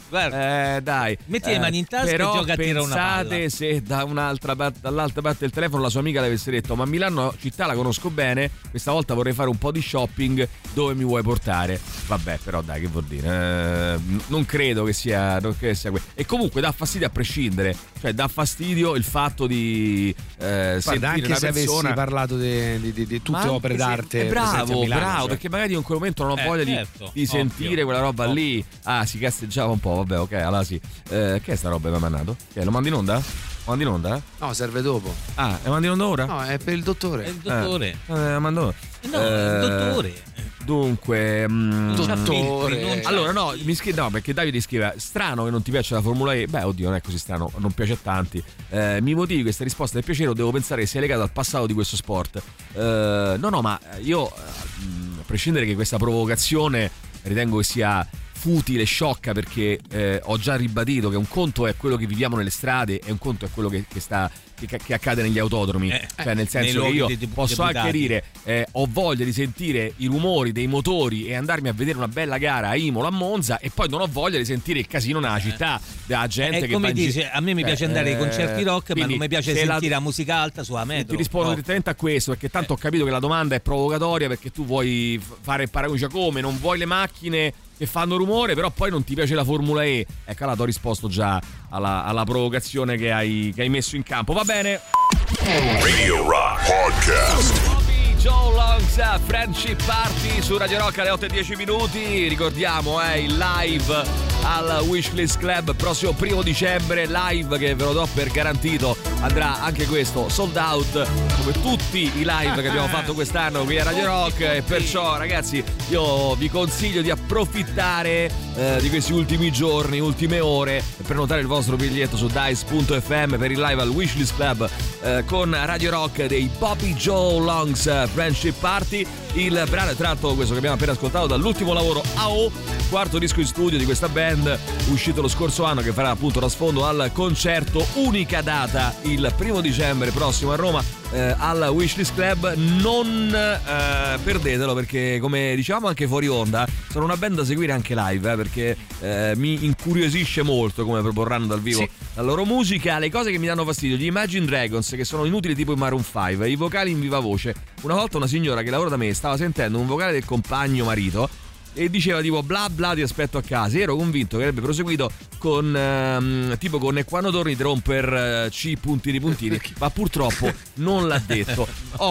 dai. Metti le mani in tasca e gioca a tirare una palla. Pensate se dall'altra parte del telefono la sua amica le avesse detto: ma Milano città la conosco bene, questa volta vorrei fare un po' di shopping, dove mi vuoi portare? Vabbè, però dai, che vuol dire? Non credo che sia questo. E comunque dà fastidio a prescindere, cioè dà fastidio il fatto di guarda, anche se avessi parlato di tutte opere d'arte, bravo, Milano, perché magari io in quel momento non ho voglia di sentire quella roba lì. Si casteggiava un po', vabbè, ok, allora sì. Che è sta roba che mi ha mandato? Lo mandi in onda? Mandi in onda? No, serve dopo. È mandi in onda ora? No, è per il dottore. È il dottore. Mando. No, il dottore. Dunque, dottore. Allora, no, perché Davide scrive: strano che non ti piace la Formula E. Beh, oddio, non è così strano, non piace a tanti. Mi motivi questa risposta del piacere o devo pensare che sia legata al passato di questo sport? No, ma io, a prescindere che questa provocazione ritengo che sia futile, sciocca, perché ho già ribadito che un conto è quello che viviamo nelle strade e un conto è quello che accade negli autodromi, cioè nel senso che io posso anche dire ho voglia di sentire i rumori dei motori e andarmi a vedere una bella gara a Imola, a Monza, e poi non ho voglia di sentire il casino nella città, della gente che come dice, a me mi piace andare ai concerti rock, ma non mi piace sentire la musica alta sulla metro. Ti rispondo direttamente a questo, perché tanto ho capito che la domanda è provocatoria, perché tu vuoi fare il paragone, come non vuoi le macchine che fanno rumore, però poi non ti piace la Formula E. Ecco, allora ti ho risposto già alla provocazione che hai messo in campo. Va bene. Radio Rock Podcast. Joe Longs, Friendship Party su Radio Rock alle 8:10. Ricordiamo il live al Wishlist Club prossimo 1 dicembre, live che ve lo do per garantito, andrà anche questo sold out come tutti i live che abbiamo fatto quest'anno qui a Radio Rock, e perciò ragazzi io vi consiglio di approfittare di questi ultimi giorni, ultime ore, e prenotare il vostro biglietto su dice.fm per il live al Wishlist Club con Radio Rock dei Bobby Joe Longs Friendship Party. Il brano è tratto, questo che abbiamo appena ascoltato, dall'ultimo lavoro AO, quarto disco in studio di questa band, uscito lo scorso anno, che farà appunto da sfondo al concerto, unica data il 1 dicembre prossimo a Roma al Wishlist Club. Non perdetelo, perché come dicevamo anche fuori onda, sono una band da seguire anche live, perché mi incuriosisce molto come proporranno dal vivo la loro musica. Le cose che mi danno fastidio: gli Imagine Dragons, che sono inutili tipo i Maroon 5, i vocali in viva voce. Una volta una signora che lavora da me stava sentendo un vocale del compagno marito e diceva tipo bla bla ti aspetto a casa, e ero convinto che avrebbe proseguito con tipo con e quando torni ti romper C puntini ma purtroppo non l'ha detto.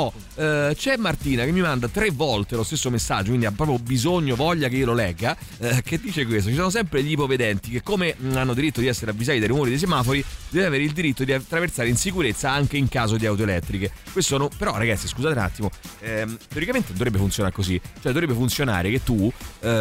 C'è Martina che mi manda 3 volte lo stesso messaggio, quindi ha proprio bisogno, voglia che io lo legga, che dice questo: ci sono sempre gli ipovedenti che, come hanno diritto di essere avvisati dai rumori dei semafori, devono avere il diritto di attraversare in sicurezza anche in caso di auto elettriche. Questo però ragazzi, scusate un attimo, teoricamente dovrebbe funzionare così, cioè dovrebbe funzionare che tu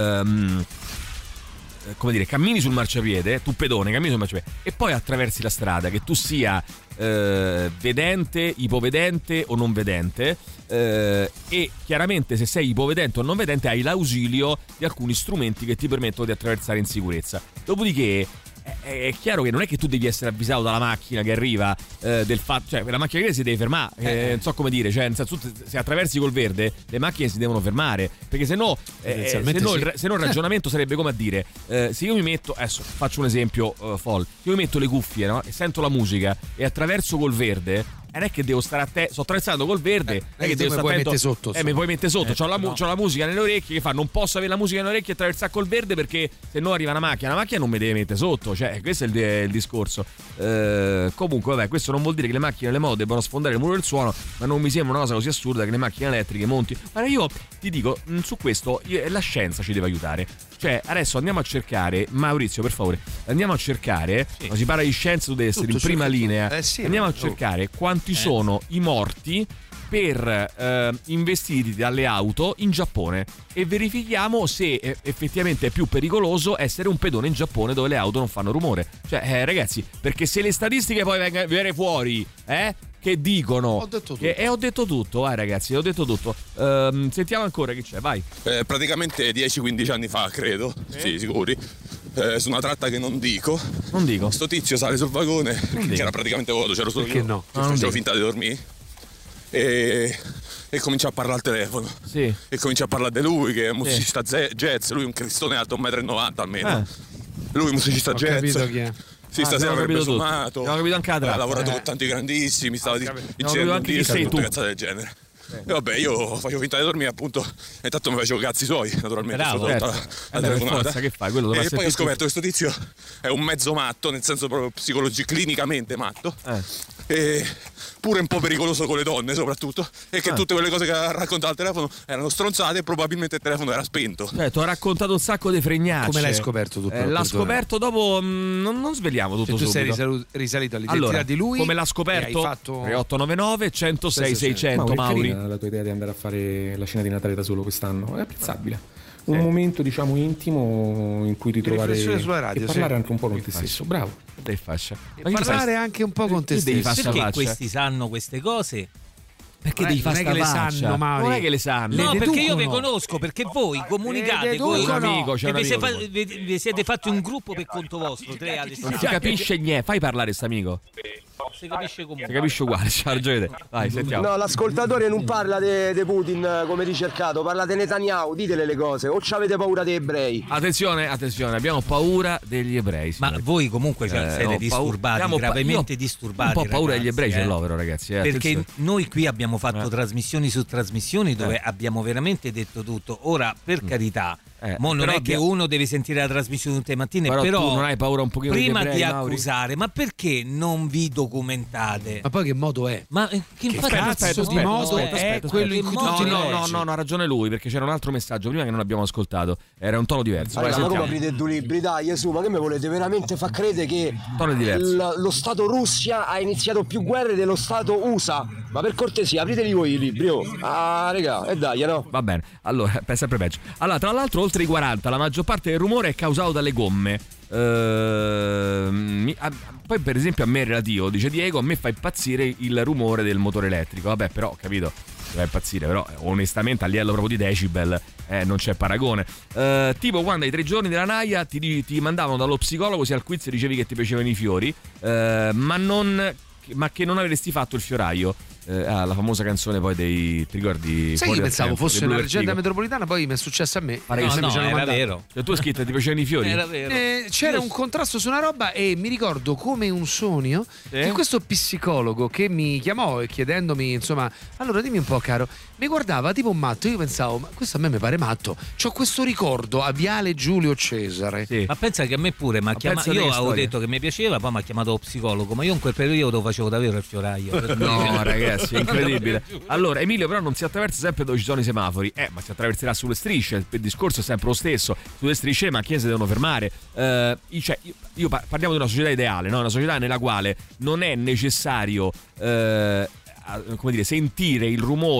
come dire, cammini sul marciapiede, tu pedone cammini sul marciapiede e poi attraversi la strada, che tu sia vedente, ipovedente o non vedente, e chiaramente se sei ipovedente o non vedente hai l'ausilio di alcuni strumenti che ti permettono di attraversare in sicurezza. Dopodiché è chiaro che non è che tu devi essere avvisato dalla macchina che arriva del fatto, cioè la macchina che si deve fermare, non so come dire, cioè nel senso, se attraversi col verde le macchine si devono fermare, perché se no il ragionamento sarebbe come a dire, se io mi metto, adesso faccio un esempio folle, se io mi metto le cuffie, no? E sento la musica e attraverso col verde, non è che devo stare attento, sto attraversando col verde, non è che devo stare attento, mi puoi mettere sotto, c'ho la musica nelle orecchie, che fa, non posso avere la musica nelle orecchie e attraversare col verde perché se no arriva una macchina non mi deve mettere sotto, cioè questo è il discorso. Comunque vabbè, questo non vuol dire che le macchine e le moto debbano sfondare il muro del suono, ma non mi sembra una cosa così assurda che le macchine elettriche monti. Ma io ti dico, su questo la scienza ci deve aiutare, cioè adesso andiamo a cercare, Maurizio per favore, andiamo a cercare, si parla di scienza, tu devi essere in prima linea, andiamo a cercare quanti sono i morti per investiti dalle auto in Giappone e verifichiamo se effettivamente è più pericoloso essere un pedone in Giappone dove le auto non fanno rumore. Cioè ragazzi, perché se le statistiche poi vengono fuori che dicono, ho detto tutto, vai ragazzi, ho detto tutto. Sentiamo ancora chi c'è, vai. Praticamente 10-15 anni fa credo, sì sicuri, su una tratta che non dico. Sto tizio sale sul vagone che era praticamente vuoto, c'ero solo io, no? facevo finta di dormire e comincia a parlare al telefono, e comincia a parlare di lui che è un musicista jazz, lui è un cristone alto 1,90 m almeno, lui è un musicista jazz. Capito chi è? Sì, stasera avrebbe suonato, ha lavorato con tanti grandissimi, stava dicendo un disco, tutte cazzate del genere. E vabbè, io facevo finta di dormire, appunto, e intanto mi facevo cazzi suoi, naturalmente. La telefonata. Che fai? E poi ho scoperto che questo tizio è un mezzo matto, nel senso proprio clinicamente matto. E pure un po' pericoloso con le donne soprattutto, e che tutte quelle cose che ha raccontato al telefono erano stronzate e probabilmente il telefono era spento. Ti ho raccontato un sacco di fregnacce. Come l'hai scoperto tutto? L'ha scoperto dopo, non sveliamo tutto subito. Tu sei risalito all'identità di lui. Come l'ha scoperto? 3899 106 600. Mauri, la tua idea di andare a fare la cena di Natale da solo quest'anno è apprezzabile. Un momento diciamo intimo in cui ritrovare radio, e parlare anche un po' con te stesso. Bravo. Dai fascia. E parlare anche un po' con te stesso. Perché questi sanno queste cose? Perché devi fare sta faccia? Non è che le sanno. No, perché io vi conosco, perché voi comunicate con un amico, vi siete fatti un gruppo per conto vostro. Non si capisce niente, fai parlare st'amico. Si capisce comunque. Si capisce uguale, c'ha ragione. Vai, sentiamo. No, l'ascoltatore non parla di Putin come ricercato, parla di Netanyahu, ditele le cose, o c'avete paura degli ebrei? Attenzione, abbiamo paura degli ebrei. Ma voi comunque siete disturbati, gravemente disturbati. Un po' paura degli ebrei ce l'ho, però ragazzi. Perché noi qui abbiamo fatto trasmissioni su trasmissioni dove abbiamo veramente detto tutto. Ora, per carità, non è che uno deve sentire la trasmissione tutte le mattine, però tu non hai paura un pochino prima degli ebrei, di accusare, ma perché non vi documentate? Ma poi che modo è? Ma che cazzo di modo è quello in cui tutti no, ha ragione lui, perché c'era un altro messaggio prima che non abbiamo ascoltato, era un tono diverso. Allora, ma come aprite due libri? Dai, su, ma che mi volete veramente far credere che lo Stato Russia ha iniziato più guerre dello Stato USA? Ma per cortesia, apriteli voi i libri, raga, e dai, no? Va bene, allora, sempre peggio. Allora, tra l'altro, oltre i 40, la maggior parte del rumore è causato dalle gomme. Poi per esempio a me è relativo, dice Diego, a me fa impazzire il rumore del motore elettrico. Vabbè, però capito, fa impazzire, però onestamente a livello proprio di decibel non c'è paragone. Tipo quando ai 3 giorni della naia ti mandavano dallo psicologo se al quiz dicevi che ti piacevano i fiori, ma che non avresti fatto il fioraio. La famosa canzone poi ti ricordi? Sai, io pensavo fosse una leggenda metropolitana, poi mi è successo a me. No, era vero. Cioè, tu hai scritto ti piacevano i fiori? Era vero. C'era un contrasto su una roba e mi ricordo come un sogno che questo psicologo che mi chiamò chiedendomi, insomma, allora dimmi un po' caro, mi guardava tipo un matto. Io pensavo, ma questo a me mi pare matto. C'ho questo ricordo a Viale Giulio Cesare. Ma pensa che a me pure mi ha chiamato. Io avevo detto che mi piaceva, poi mi ha chiamato lo psicologo, ma io in quel periodo facevo davvero il fioraio. No, ragazzi, è incredibile. Allora, Emilio, però non si attraversa sempre dove ci sono i semafori, ma si attraverserà sulle strisce. Il discorso è sempre lo stesso. Sulle strisce le macchine si devono fermare. Parliamo di una società ideale, no? Una società nella quale non è necessario come dire, sentire il rumore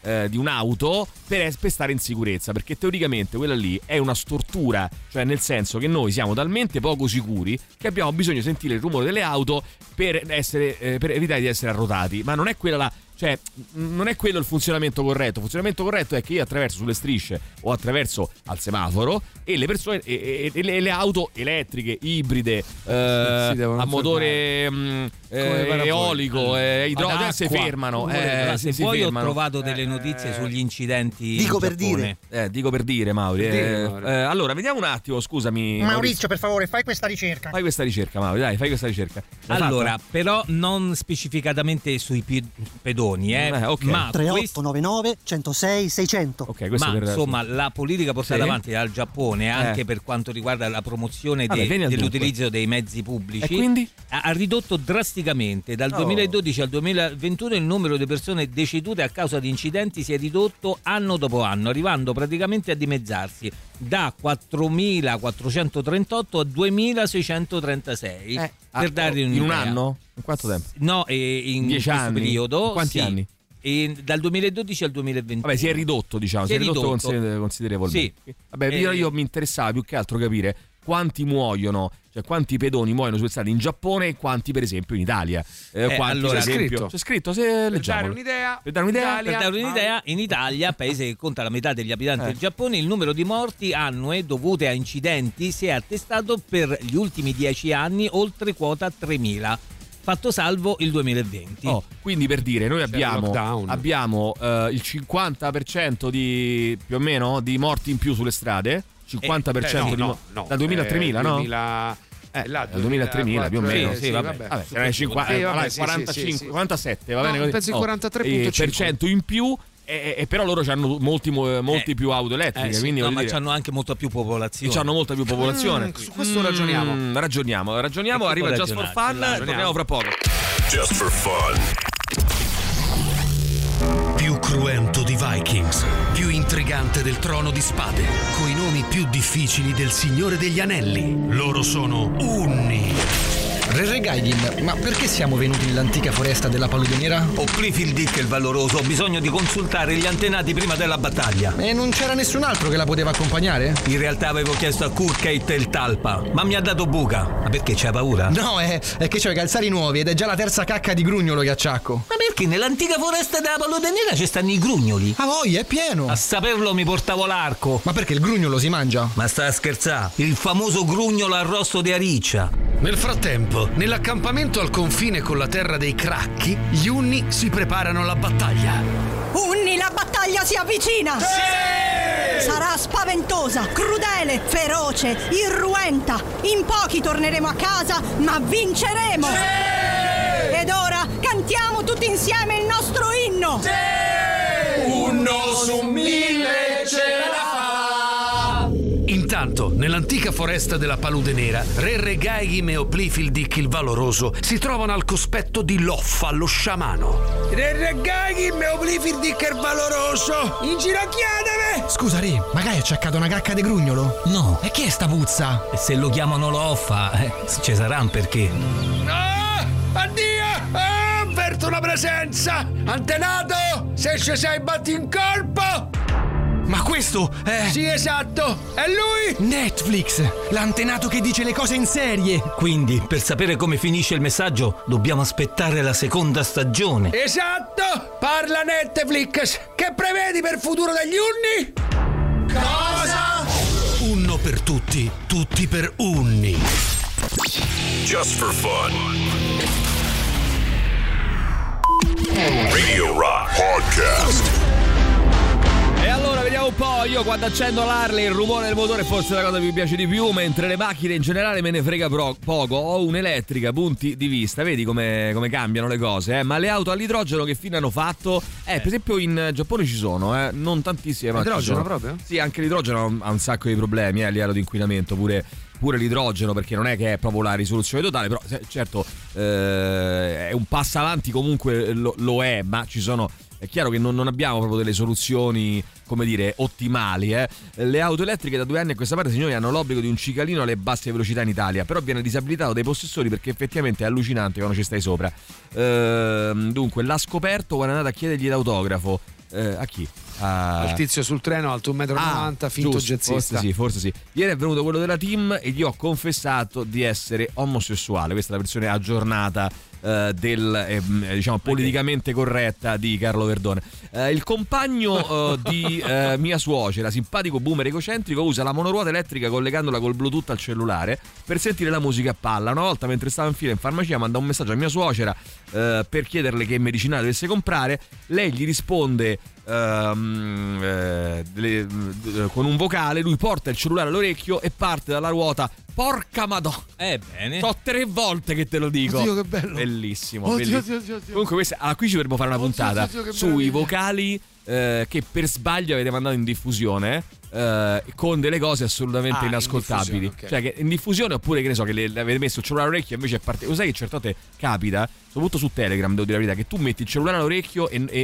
di un'auto per stare in sicurezza, perché teoricamente quella lì è una stortura, cioè nel senso che noi siamo talmente poco sicuri che abbiamo bisogno di sentire il rumore delle auto per evitare di essere arrotati, ma non è quella cioè non è quello il funzionamento corretto. Il funzionamento corretto è che io attraverso sulle strisce o attraverso al semaforo e le persone e le auto elettriche, ibride, a motore eolico, idrogeno si fermano. Se poi ho trovato delle notizie sugli incidenti dico in per Giappone. Dico per dire, Mauri. Allora, vediamo un attimo, scusami. Maurizio, per favore, fai questa ricerca. Fai questa ricerca, Mauri, dai, fai questa ricerca. Allora, però non specificatamente sui pedoni, okay. ma 3899 106 600. Okay, ma insomma, la politica portata avanti dal Giappone anche per quanto riguarda la promozione dell'utilizzo dei mezzi pubblici, e quindi ha ridotto drasticamente dal 2012 al 2021 il numero di persone decedute a causa di incidenti si è ridotto anno dopo anno, arrivando praticamente a dimezzarsi da 4.438 a 2.636 per darvi un'idea. In un anno? In quanto tempo? No, in 10 questo anni. periodo. In quanti anni? Dal 2012 al 2021. Vabbè, si è ridotto, diciamo, si è ridotto considerevolmente. Sì. Vabbè, io mi interessava più che altro capire quanti muoiono, cioè quanti pedoni muoiono sulle strade in Giappone e quanti per esempio in Italia. Allora, c'è scritto, se leggiamo. Per dare un'idea, in Italia, paese che conta la metà degli abitanti del Giappone, il numero di morti annue dovute a incidenti si è attestato per gli ultimi 10 anni oltre quota 3.000. Fatto salvo il 2020. Quindi per dire, noi abbiamo il 50% di più o meno di morti in più sulle strade. 50% dal 2000 a 3000, no? Dal 2000 a 3000 più o meno. Sì, vabbè. 47, va bene così. Penso il 43,5% in più. Però loro hanno molti più auto elettriche, quindi hanno anche molta più popolazione. Hanno molta più popolazione. Su questo ragioniamo. Arriva Just for Fun, torniamo fra poco. Just for Fun. Più cruento di Vikings, più intrigante del Trono di Spade, coi nomi più difficili del Signore degli Anelli. Loro sono Unni. Re Gaidin, ma perché siamo venuti nell'antica foresta della Palude Nera? Ho Clifford Dick il valoroso, ho bisogno di consultare gli antenati prima della battaglia. E non c'era nessun altro che la poteva accompagnare? In realtà avevo chiesto a Kurkate il talpa, ma mi ha dato buca. Ma perché c'hai paura? No, è che c'ho i calzari nuovi ed è già la terza cacca di grugnolo che acciacco. Ma perché nell'antica foresta della Palude Nera ci stanno i grugnoli? Ah, voglia, è pieno. A saperlo mi portavo l'arco. Ma perché il grugnolo si mangia? Ma stai a scherzare? Il famoso grugnolo arrosto di Ariccia. Nel frattempo, nell'accampamento al confine con la terra dei Cracchi, gli Unni si preparano alla battaglia. Unni, la battaglia si avvicina! Sì! Sarà spaventosa, crudele, feroce, irruenta. In pochi torneremo a casa, ma vinceremo! Sì! Ed ora cantiamo tutti insieme il nostro inno! Sì! Uno su 1000 ce la fa! Intanto, nell'antica foresta della Palude Nera, Re Regaigim e Oplifildic il valoroso si trovano al cospetto di Loffa, lo sciamano. Re Regaigim e Oplifildic il valoroso, inginocchiatevi! Scusa Re, magari è acciaccato una cacca di grugnolo? No. E chi è sta puzza? E se lo chiamano Loffa, ci sarà un perché. Addio! Avverto una presenza! Antenato! Se ci sei batti in colpo! Ma questo è... Sì, esatto! È lui! Netflix! L'antenato che dice le cose in serie! Quindi, per sapere come finisce il messaggio, dobbiamo aspettare la seconda stagione. Esatto! Parla Netflix! Che prevedi per il futuro degli Unni? Cosa? Unno per tutti, tutti per Unni. Just for Fun. Radio Rock Podcast. E allora vediamo un po', io quando accendo l'Harley il rumore del motore è forse la cosa che mi piace di più, mentre le macchine in generale me ne frega poco, ho un'elettrica, punti di vista, vedi come cambiano le cose, ma le auto all'idrogeno che fine hanno fatto? Per esempio in Giappone ci sono, non tantissime, ma l'idrogeno proprio? Sì, anche l'idrogeno ha un sacco di problemi a livello di inquinamento, pure l'idrogeno, perché non è che è proprio la risoluzione totale, però certo è un passo avanti, comunque lo è, ma ci sono... È chiaro che non abbiamo proprio delle soluzioni, come dire, ottimali. Le auto elettriche da 2 anni a questa parte, signori, hanno l'obbligo di un cicalino alle basse velocità in Italia, però viene disabilitato dai possessori perché effettivamente è allucinante quando ci stai sopra. Dunque, l'ha scoperto quando è andato a chiedergli l'autografo. a chi? Al tizio sul treno alto 1,90 m, finto jazzista. Forse sì. Ieri è venuto quello della team e gli ho confessato di essere omosessuale. Questa è la versione aggiornata diciamo politicamente corretta di Carlo Verdone. Il compagno di mia suocera, simpatico boomer egocentrico, usa la monoruota elettrica collegandola col Bluetooth al cellulare per sentire la musica a palla. Una volta, mentre stava in fila in farmacia, manda un messaggio a mia suocera per chiederle che medicinale dovesse comprare. Lei gli risponde con un vocale, lui porta il cellulare all'orecchio e parte dalla ruota. Porca madonna, bene. So 3 volte che te lo dico. Oddio, che bello. Bellissimo, Oddio, bellissimo. Oddio. Comunque qui ci dovremmo fare una puntata sui vocali che per sbaglio avete mandato in diffusione, con delle cose assolutamente inascoltabili, okay. Cioè che in diffusione, oppure che ne so, che le avete messo il cellulare all'orecchio e invece è partito. Lo sai che certe volte capita, soprattutto su Telegram, devo dire la verità, che tu metti il cellulare all'orecchio e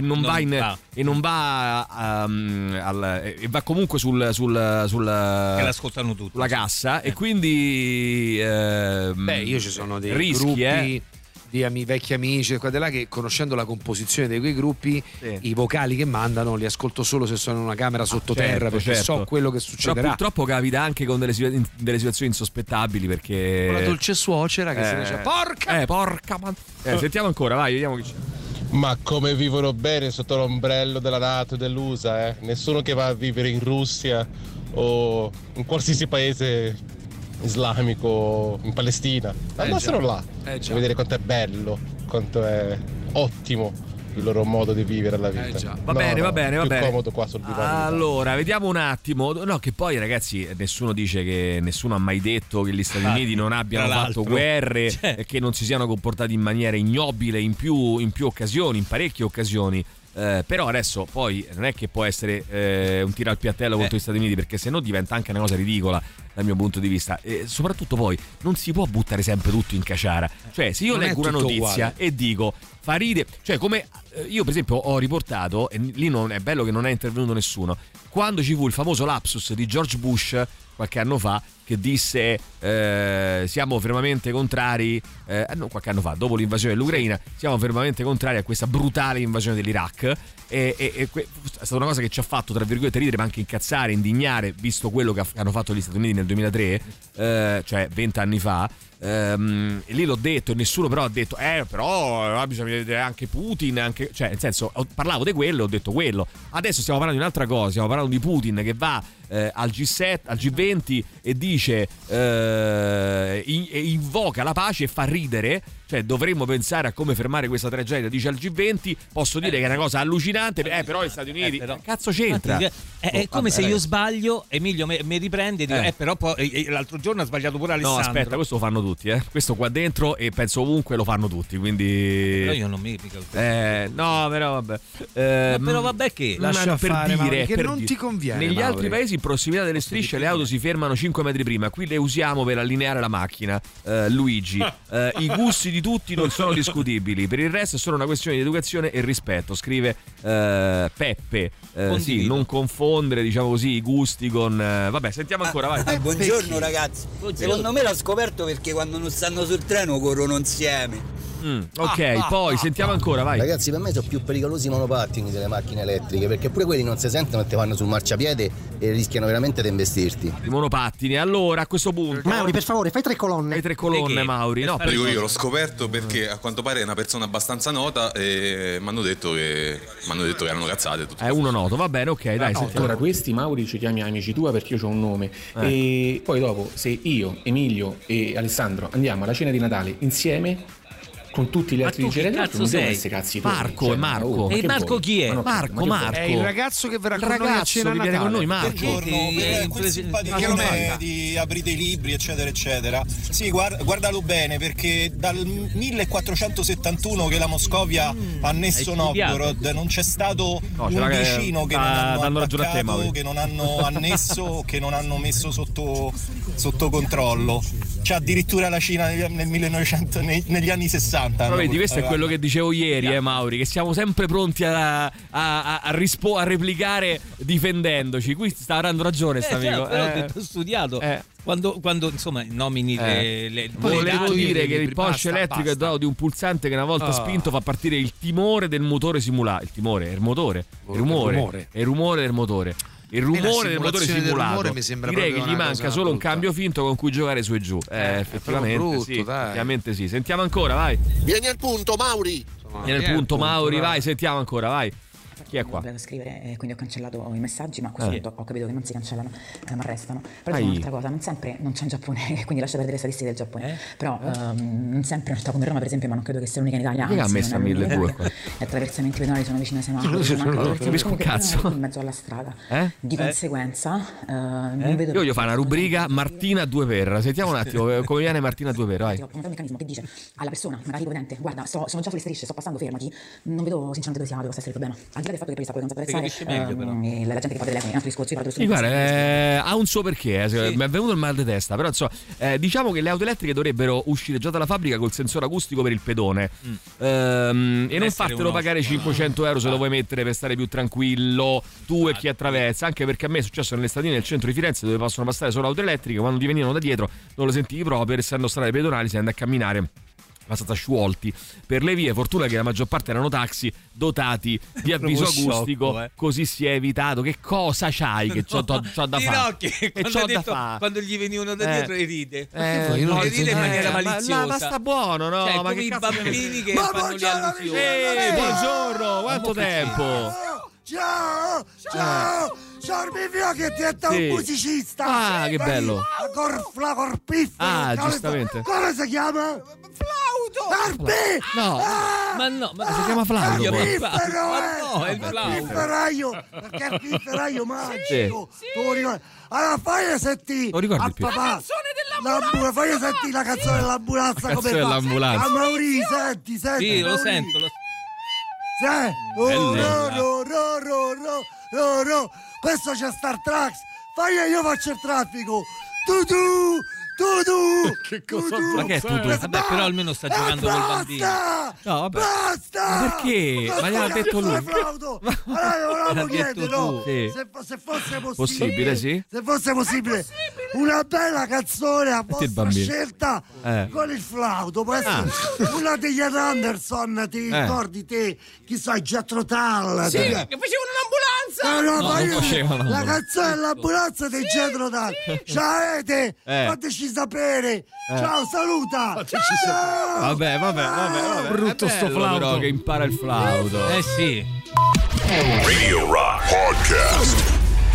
va comunque che l'ascoltano tutti, sulla cassa, e quindi io ci sono dei gruppi di vecchi amici qua di là che, conoscendo la composizione di quei gruppi, i vocali che mandano li ascolto solo se sono in una camera sottoterra, perché so quello che succederà. Però purtroppo capita anche con delle situazioni insospettabili, perché con la dolce suocera che si dice porca sentiamo ancora, vai, vediamo chi c'è. Ma come vivono bene sotto l'ombrello della NATO e dell'USA, Nessuno che va a vivere in Russia o in qualsiasi paese islamico, in Palestina, andassero là a vedere quanto è bello, quanto è ottimo il loro modo di vivere la vita. Va bene. Più comodo qua sul divano. Allora, vediamo un attimo. No, che poi, ragazzi, nessuno dice che nessuno ha mai detto che gli Stati Uniti non abbiano fatto guerre e che non si siano comportati in maniera ignobile in più occasioni, in parecchie occasioni. Però adesso poi non è che può essere un tiro al piattello contro gli Stati Uniti, perché sennò diventa anche una cosa ridicola dal mio punto di vista, e soprattutto poi non si può buttare sempre tutto in caciara. Cioè, se io leggo una notizia e dico fa ride, cioè come io per esempio ho riportato, e lì non è bello che non è intervenuto nessuno, quando ci fu il famoso lapsus di George Bush qualche anno fa, che disse siamo fermamente contrari, qualche anno fa, dopo l'invasione dell'Ucraina, siamo fermamente contrari a questa brutale invasione dell'Iraq, è stata una cosa che ci ha fatto, tra virgolette, ridere, ma anche incazzare, indignare, visto quello che hanno fatto gli Stati Uniti nel 2003, cioè 20 anni fa. E lì l'ho detto, e nessuno però ha detto però bisogna vedere anche Putin, cioè nel senso, parlavo di quello, ho detto quello. Adesso stiamo parlando di un'altra cosa, stiamo parlando di Putin che va al G7, al G20 e dice invoca la pace e fa ridere. Cioè, dovremmo pensare a come fermare questa tragedia, dice al G20. Posso dire che è una cosa allucinante, però gli Stati Uniti cazzo c'entra? È come se io sbaglio, Emilio mi riprende e dico però poi l'altro giorno ha sbagliato pure Alessandro. No, aspetta, questo lo fanno tutti, questo qua dentro, e penso ovunque lo fanno tutti, quindi però io non mi no, però vabbè, però vabbè, che lascia fare, dire, che non ti conviene. Negli altri paesi, in prossimità delle strisce, le auto si fermano 5 metri prima, qui le usiamo per allineare la macchina. Luigi, i gusti di tutti non sono discutibili, per il resto è solo una questione di educazione e rispetto, scrive Peppe. Sì, non confondere, diciamo così, i gusti con vabbè, sentiamo ancora, vai. Buongiorno ragazzi. Secondo me l'ha scoperto perché quando non stanno sul treno corrono insieme. Ok, poi sentiamo ancora, vai. Ragazzi, per me sono più pericolosi i monopattini delle macchine elettriche, perché pure quelli non si sentono e ti vanno sul marciapiede e rischiano veramente di investirti. I monopattini, allora a questo punto Mauri, per favore, fai 3 colonne. Fai 3 colonne, Mauri. No, dico, io l'ho scoperto perché a quanto pare è una persona abbastanza nota e mi hanno detto che erano cazzate tutte. È uno noto, va bene, ok, dai. Allora, questi Mauri ci chiami amici tua perché io ho un nome. E poi dopo, se io, Emilio e Alessandro andiamo alla cena di Natale insieme con tutti gli altri gerenti, non devono essere cazzi tuoi. Marco, Marco. E Marco chi è? Marco. È il ragazzo che verrà con noi a cena viene con noi, Marco. Quel simpaticone di aprite i libri, eccetera, eccetera. Sì, guardalo bene, perché dal 1471 che la Moscovia ha annesso Novgorod non c'è stato un vicino che non hanno attaccato, che non hanno annesso, che non hanno messo sotto sotto controllo. C'è addirittura la Cina negli anni 60. Però vedi, questo è quello che dicevo ieri, Mauri, che siamo sempre pronti a replicare difendendoci. Qui sta avendo ragione sta amico. Però ho studiato. Quando insomma nomini le volevo dire che il Porsche elettrico è dotato di un pulsante che una volta spinto fa partire il timore del motore simulato. Il timore è il motore, il rumore del motore. Il rumore del motore simulato. Mi sembra direi che gli manca solo brutta. un cambio finto con cui giocare su e giù. Effettivamente, brutto, sì, dai. effettivamente sì. Sentiamo ancora, vai. Vieni al punto, Mauri. Vieni al punto, Mauri, vai, sentiamo ancora, vai. Chi è qua? Devo scrivere, quindi ho cancellato i messaggi, ma a questo punto ho capito che non si cancellano, ma restano. Però c'è un'altra cosa, non sempre non c'è in Giappone, quindi lascia perdere le statistiche del Giappone. Però non sempre una città come Roma, per esempio, ma non credo che sia l'unica in Italia. Anzi, ha messo a 1200 qua. Gli attraversamenti pedonali sono vicino ai semafori, non capisco un cazzo. In mezzo alla strada. Di conseguenza non vedo. Io voglio fare una rubrica Martina 2 per. Sentiamo un attimo come viene Martina 2 per, vai. Ho un meccanismo che dice alla persona, magari potente, guarda, sono già sulle strisce, sto passando, fermati. Non vedo sinceramente dove sia, dove possa essere il problema. Al di là del fatto che prima non sapere la gente che fa telefono, altri discorsi, guarda, ha un suo perché, mi è venuto il mal di testa, però insomma, diciamo che le auto elettriche dovrebbero uscire già dalla fabbrica col sensore acustico per il pedone e non fartelo pagare 500 euro se lo vuoi mettere per stare più tranquillo tu e chi attraversa, anche perché a me è successo nelle stradine del centro di Firenze dove possono passare solo auto elettriche, quando ti venivano da dietro non lo sentivi proprio, essendo strade pedonali si andava a camminare abbastanza sciolti per le vie. Fortuna che la maggior parte erano taxi dotati di avviso acustico, così si è evitato. Che cosa c'hai che c'ho da fare? Quando gli venivano da dietro e ride ride in maniera maliziosa, ma sta buono, no? Cioè, ma come che i bambini che fanno le allusioni. Buongiorno, quanto tempo? Ciao! Sormivio che diventa un musicista! Che bello! La corpifera! Giustamente! Come si chiama? Flauto! No! Ma no, ma si chiama flauto! No, è il flauto! Perché è il pifferaio magico! Tu lo ricordi? Allora fai sentire a papà fai sentire la canzone dell'ambulanza come fa a Mauri, senti sì, lo sento questo c'è Star Trek, fai io faccio il traffico che cosa ma che è tutto? Vabbè, però almeno sta giocando col bambino. No, vabbè. Basta! Ma perché? Ma gliel'ha detto lui. Allora volevamo chiedere, no? Se fosse possibile, sì? Se fosse possibile, una bella canzone a vostra scelta con il flauto. Può essere una degli Anderson, ti ricordi te? Chissà, Jethro Tull. Sì, che facevano un'ambulanza. La canzone dell'ambulanza di Jethro Tull. Ciao Ete, fateci sapere. Ciao, saluta. Vabbè. Brutto sto flauto però che impara il flauto. Sì. Radio Rock Podcast.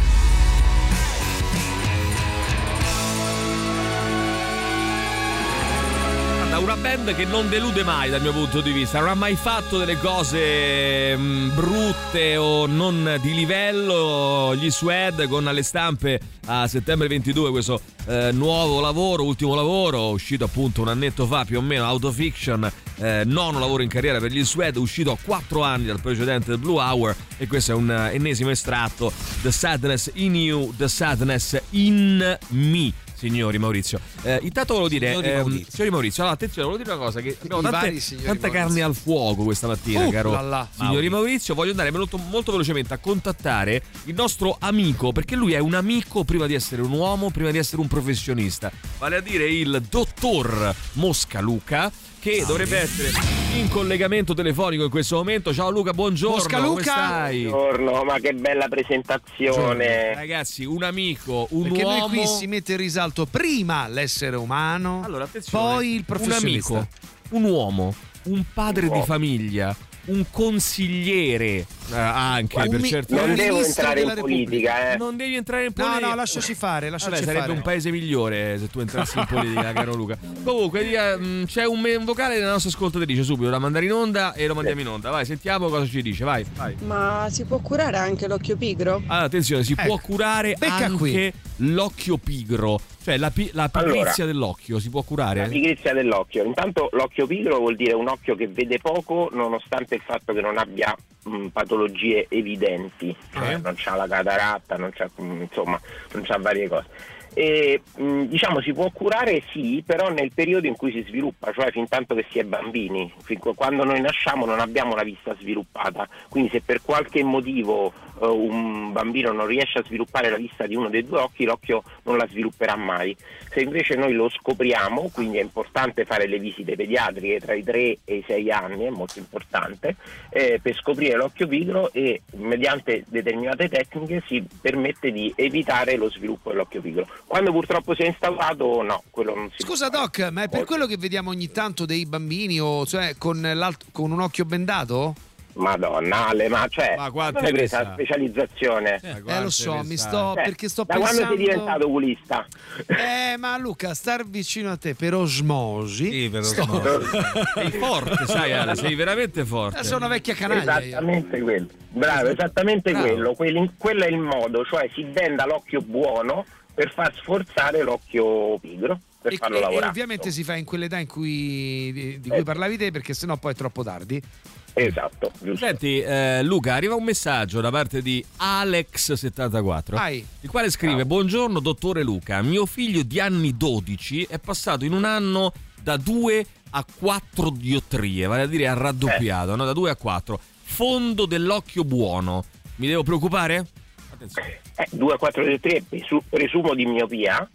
Una band che non delude mai dal mio punto di vista, non ha mai fatto delle cose brutte o non di livello. Gli Suede con alle stampe a settembre 22 questo nuovo lavoro, ultimo lavoro, uscito appunto un annetto fa più o meno, Autofiction, nono lavoro in carriera per gli Suede, uscito a 4 anni dal precedente The Blue Hour, e questo è un ennesimo estratto, The Sadness in You, The Sadness in Me. Signori Maurizio, intanto volevo dire, signori Maurizio, allora attenzione, volevo dire una cosa, che abbiamo tanta carne al fuoco questa mattina, caro signori Maurizio. Voglio andare molto velocemente a contattare il nostro amico, perché lui è un amico prima di essere un uomo, prima di essere un professionista, vale a dire il dottor Mosca Luca, che dovrebbe essere in collegamento telefonico in questo momento. Ciao Luca, buongiorno. Mosca Luca. Come stai? Buongiorno, ma che bella presentazione. Ragazzi, un amico, un perché uomo. Perché noi qui si mette in risalto prima l'essere umano, allora, attenzione, poi il professionista. Un amico, un uomo, un padre di famiglia, un consigliere anche per certi non devo entrare in politica, Non devi entrare in politica. No, lasciaci fare, sarebbe un paese migliore se tu entrassi in politica, caro Luca. Comunque c'è un vocale della nostra ascoltatrice, subito da mandare in onda e lo mandiamo in onda. Vai, sentiamo cosa ci dice, vai. Ma si può curare anche l'occhio pigro? Allora, attenzione, si può curare anche l'occhio pigro, cioè la pigrizia dell'occhio si può curare? La pigrizia dell'occhio. Intanto l'occhio pigro vuol dire un occhio che vede poco nonostante il fatto che non abbia patologie evidenti, cioè non c'ha la cataratta, non c'ha varie cose. E diciamo si può curare sì, però nel periodo in cui si sviluppa, cioè fin tanto che si è bambini. Quando noi nasciamo non abbiamo la vista sviluppata, quindi se per qualche motivo un bambino non riesce a sviluppare la vista di uno dei due occhi, l'occhio non la svilupperà mai. Se invece noi lo scopriamo, quindi è importante fare le visite pediatriche tra i 3 e i 6 anni, è molto importante, per scoprire l'occhio pigro, e mediante determinate tecniche si permette di evitare lo sviluppo dell'occhio pigro. Quando purtroppo si è instaurato, no, quello non si Scusa può Doc, ma è per quello che vediamo ogni tanto dei bambini cioè con un occhio bendato? Madonna, ma quando hai preso la specializzazione? Lo so, perché sto da pensando. quando sei diventato oculista? Ma Luca, star vicino a te per osmosi. Sì, per osmosi. Sei forte, sai Ale, sei veramente forte. Sono vecchia canaglia. Esattamente quello. Bravo, esattamente quello. Quello è il modo, cioè si venda l'occhio buono per far sforzare l'occhio pigro, per farlo lavorare. E ovviamente si fa in quell'età in cui di cui parlavi te, perché sennò poi è troppo tardi. Esatto, giusto. Senti Luca, arriva un messaggio da parte di Alex74, il quale scrive: buongiorno dottore Luca, mio figlio di anni 12 è passato in un anno da 2 a 4 diottrie, vale a dire ha raddoppiato, no? Da 2 a 4, fondo dell'occhio buono, mi devo preoccupare? Attenzione. 2 a 4 diottrie presumo di miopia.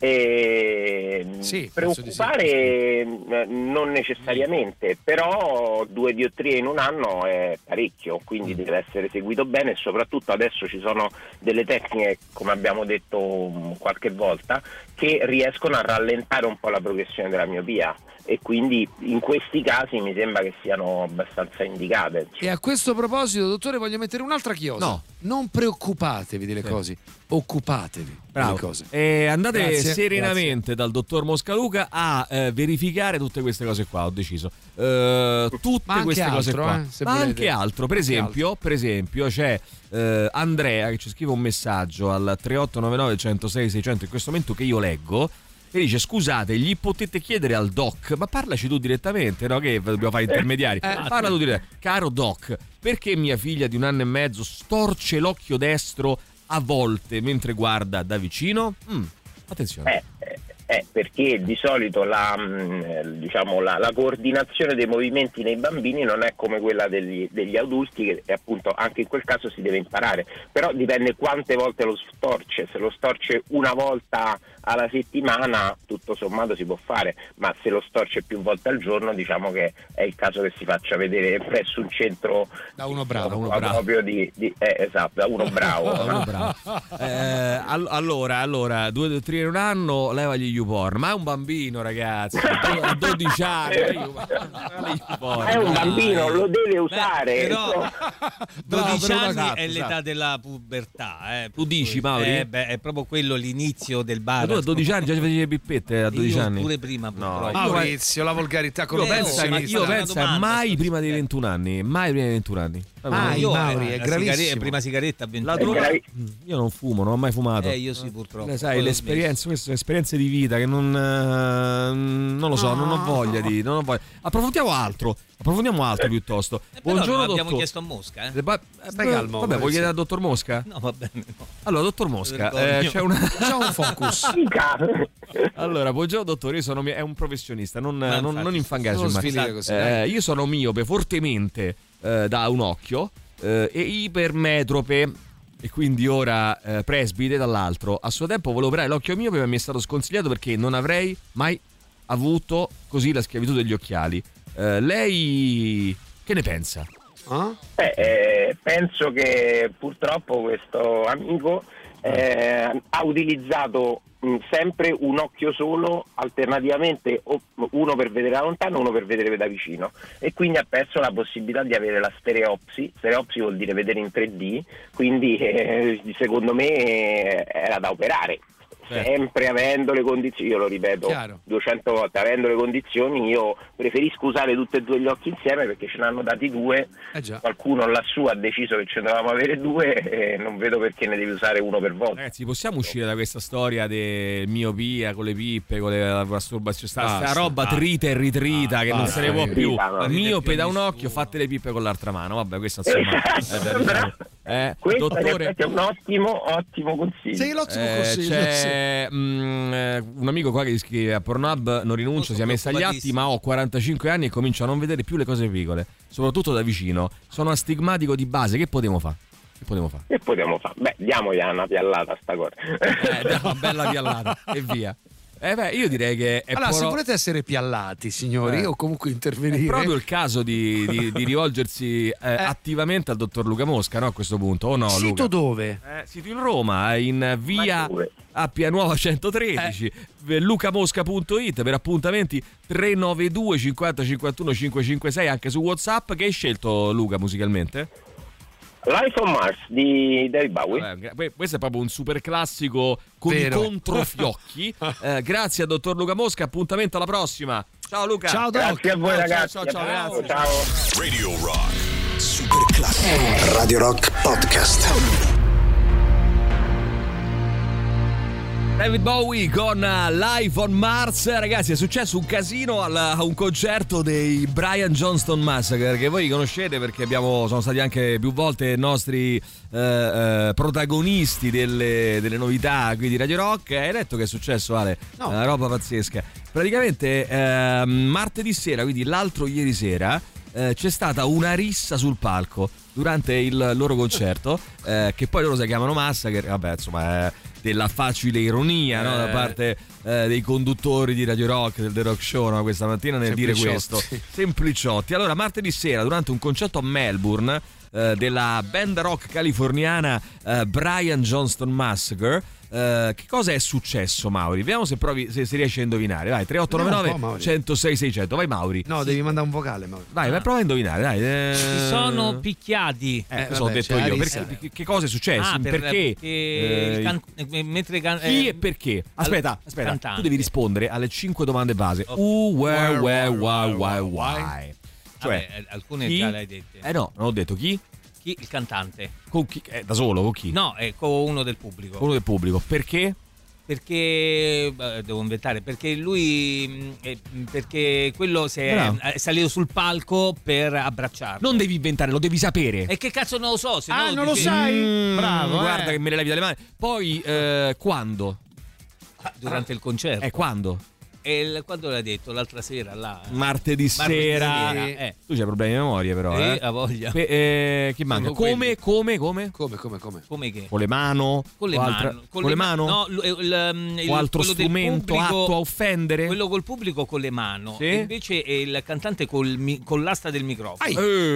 Preoccupare non necessariamente, però 2 diottrie in un anno è parecchio, quindi deve essere seguito bene, e soprattutto adesso ci sono delle tecniche, come abbiamo detto qualche volta, che riescono a rallentare un po' la progressione della miopia, e quindi in questi casi mi sembra che siano abbastanza indicate. E a questo proposito, dottore, voglio mettere un'altra chiosa. No. Non preoccupatevi delle cose, occupatevi delle cose. E andate Grazie, serenamente dal dottor Moscaluca a verificare tutte queste cose qua, ho deciso. Tutte queste cose qua. Ma anche altro, per esempio c'è Andrea che ci scrive un messaggio al 3899 106 600 in questo momento, che io leggo, e dice: scusate, gli potete chiedere al doc, ma parlaci tu direttamente, no? Che dobbiamo fare intermediari. Parla tu direttamente. Caro doc, perché mia figlia di 1 anno e mezzo storce l'occhio destro a volte mentre guarda da vicino? Attenzione. Perché di solito la coordinazione dei movimenti nei bambini non è come quella degli adulti, che appunto anche in quel caso si deve imparare, però dipende quante volte lo storce. Se lo storce una volta alla settimana tutto sommato si può fare, ma se lo storce più volte al giorno, diciamo che è il caso che si faccia vedere presso un centro da uno bravo, proprio esatto, da uno bravo. Allora 2 dottrine in un anno, levagli YouPorn, ma è un bambino, ragazzi, a 12 anni. È un bambino, lo deve usare. Però 12 anni è l'età della pubertà. Tu dici, Mauri? È proprio quello l'inizio del bar. A 12 anni già ci facevi le pippette a 12 anni? Pure prima, no. Maurizio, la volgarità con io penso mai prima dei 21 anni. Mai prima dei 21 anni. Mauri, è gravissimo. Prima sigaretta a 21 anni. Io non fumo, non ho mai fumato. Io sì, purtroppo. Sai, le esperienze, queste sono esperienze di vita che non lo so, non ho voglia di. Non ho voglia. Approfondiamo altro piuttosto. Buongiorno, dottore. Abbiamo chiesto a Mosca. Stai calmo. Vabbè, vuoi chiedere al dottor Mosca? No, va bene. No. Allora, dottor Mosca, c'è un focus. Allora, buongiorno dottore, è un professionista, non infangarsi. Io sono miope fortemente da un occhio e ipermetrope, e quindi ora presbite dall'altro. A suo tempo volevo operare l'occhio miope, ma mi è stato sconsigliato perché non avrei mai avuto così la schiavitù degli occhiali. Lei che ne pensa? Penso che purtroppo questo amico ha utilizzato sempre un occhio solo, alternativamente uno per vedere da lontano, uno per vedere da vicino, e quindi ha perso la possibilità di avere la stereopsi. Stereopsi vuol dire vedere in 3D, quindi secondo me era da operare. Sempre avendo le condizioni, io lo ripeto 200 volte, avendo le condizioni, io preferisco usare tutti e due gli occhi insieme, perché ce ne hanno dati 2, qualcuno lassù ha deciso che ce ne dovevamo avere 2 e non vedo perché ne devi usare uno per volta. Ragazzi, possiamo uscire da questa storia di miopia con le pippe, con la masturbazione, sta roba trita e ritrita che non se ne può più. Miope da un occhio, fatte le pippe con l'altra mano, vabbè, questo insomma Questo dottore... è un ottimo consiglio. Sì, l'ottimo consiglio. C'è un amico qua che scrive: a Pornhub non rinuncio, si è messa agli atti, ma ho 45 anni e comincio a non vedere più le cose piccole, soprattutto da vicino. Sono astigmatico di base, che potremmo fare? Beh, diamogli una piallata a sta cosa. Diamo una bella piallata e via. Io direi che è allora, se volete essere piallati, signori, o comunque intervenire, è proprio il caso di rivolgersi attivamente al dottor Luca Mosca, no? A questo punto, o no? Sito Luca? dove? Sito in Roma, in via Appia Nuova 113, lucamosca.it per appuntamenti 392 50 51 556, anche su WhatsApp. Che hai scelto, Luca, musicalmente? Life on Mars di David Bowie. Questo è proprio un super classico con i controfiocchi. Grazie a dottor Luca Mosca, appuntamento alla prossima. Ciao Luca. Ciao Doc. Grazie a voi ragazzi. Ciao. Radio Rock Super Classico. Radio Rock Podcast. David Bowie con Live on Mars. Ragazzi, è successo un casino a un concerto dei Brian Johnston Massacre, che voi conoscete perché sono stati anche più volte nostri protagonisti delle novità qui di Radio Rock. Hai letto che è successo, Ale? No. Una roba pazzesca. Praticamente martedì sera, quindi l'altro ieri sera, c'è stata una rissa sul palco durante il loro concerto, che poi loro si chiamano Massacre. Vabbè, insomma, della facile ironia, no? Da parte dei conduttori di Radio Rock, del The Rock Show, no? Questa mattina nel dire questo. Sempliciotti. Allora, martedì sera, durante un concerto a Melbourne della band rock californiana Brian Johnston Massacre, che cosa è successo, Mauri? Vediamo se riesci a indovinare. Vai, 3899 106 600. Vai, Mauri. No, devi mandare un vocale, Mauri. Vai, prova a indovinare, dai. Si sono picchiati. L'ho detto io. Che cosa è successo? Perché? Chi e perché? Aspetta. Tu devi rispondere alle 5 domande base. Where, why. Cioè, alcune già le hai dette. No, non ho detto chi. Il cantante. Con chi? Da solo? Con chi? No, è con uno del pubblico. Uno del pubblico. Perché? Perché devo inventare. Perché lui perché quello è salito sul palco per abbracciarlo. Non devi inventare, lo devi sapere. E che cazzo non lo so? Se no non lo sai? Bravo. Guarda che me le levi dalle mani. Poi quando? Durante il concerto. Quando? Quando l'hai detto? L'altra sera là? Martedì sera. Tu c'hai problemi di memoria però, a voglia. Chi manca? Come? Come che? Con le mano? Con le mano. Con le mano? No, o altro strumento atto a offendere? Quello col pubblico con le mano. Sì? E invece il cantante con l'asta del microfono.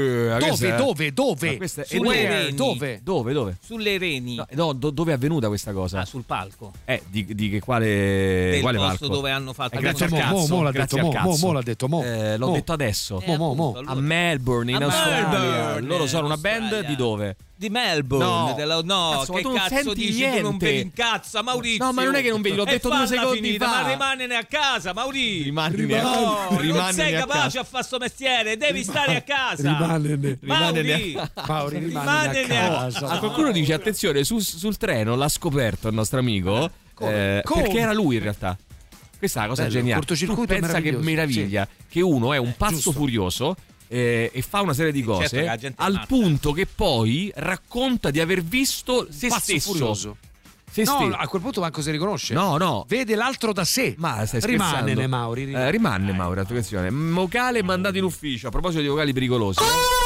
Dove? Sulle reni. Dove? Sulle reni. No, dove è avvenuta questa cosa? Sul palco. Di che quale posto palco? Dove hanno fatto grazie al cazzo. L'ha detto. L'ho detto adesso. A Melbourne, in Australia. Loro sono una band di dove? Di Melbourne. Cazzo, che cazzo dici? Niente. Tu non vedi in cazzo, Maurizio. No, ma non è che non vedi, l'ho detto 2 secondi fa. Ma rimanene a casa, Maurizio. Rimanene non sei capace a fare sto mestiere, devi stare a casa. Rimanene a casa. Qualcuno dice attenzione, sul treno l'ha scoperto il nostro amico. Perché era lui in realtà. Questa è una cosa geniale. Tu pensa che meraviglia che uno è un pazzo furioso e fa una serie di cose al punto che poi racconta di aver visto se stesso furioso. A quel punto manco si riconosce. No. Vede l'altro da sé. Ma stai scherzando? Rimane Mauri. Rimane Mauri, attenzione. Vocale mandato in ufficio. A proposito di vocali pericolosi.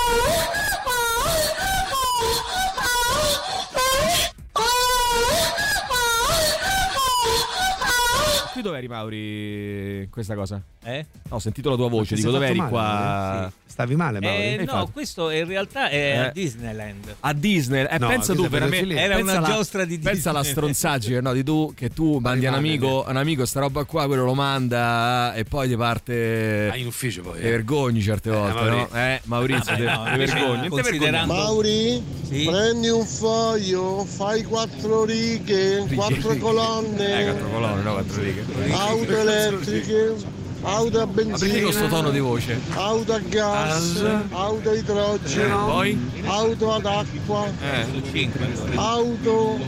Qui dove eri, Mauri, questa cosa? Ho sentito la tua voce, dico dove eri qua? Sì. Stavi male, Mauri? No, questo in realtà è a Disneyland. A Disney? Pensa tu veramente. Era una giostra di Disney. Pensa alla stronzaggine, no? Che tu mandi un amico sta roba qua, quello lo manda e poi ti parte. In ufficio poi. Ti vergogni certe volte, no? Maurizio, ti vergogni. Mauri, prendi un foglio, fai 4 righe, 4 colonne. 4 colonne, no, 4 righe. Auto elettriche, auto a benzina. Ma perché questo tono di voce? Auto a gas, auto a idrogeno, poi? auto ad acqua, auto.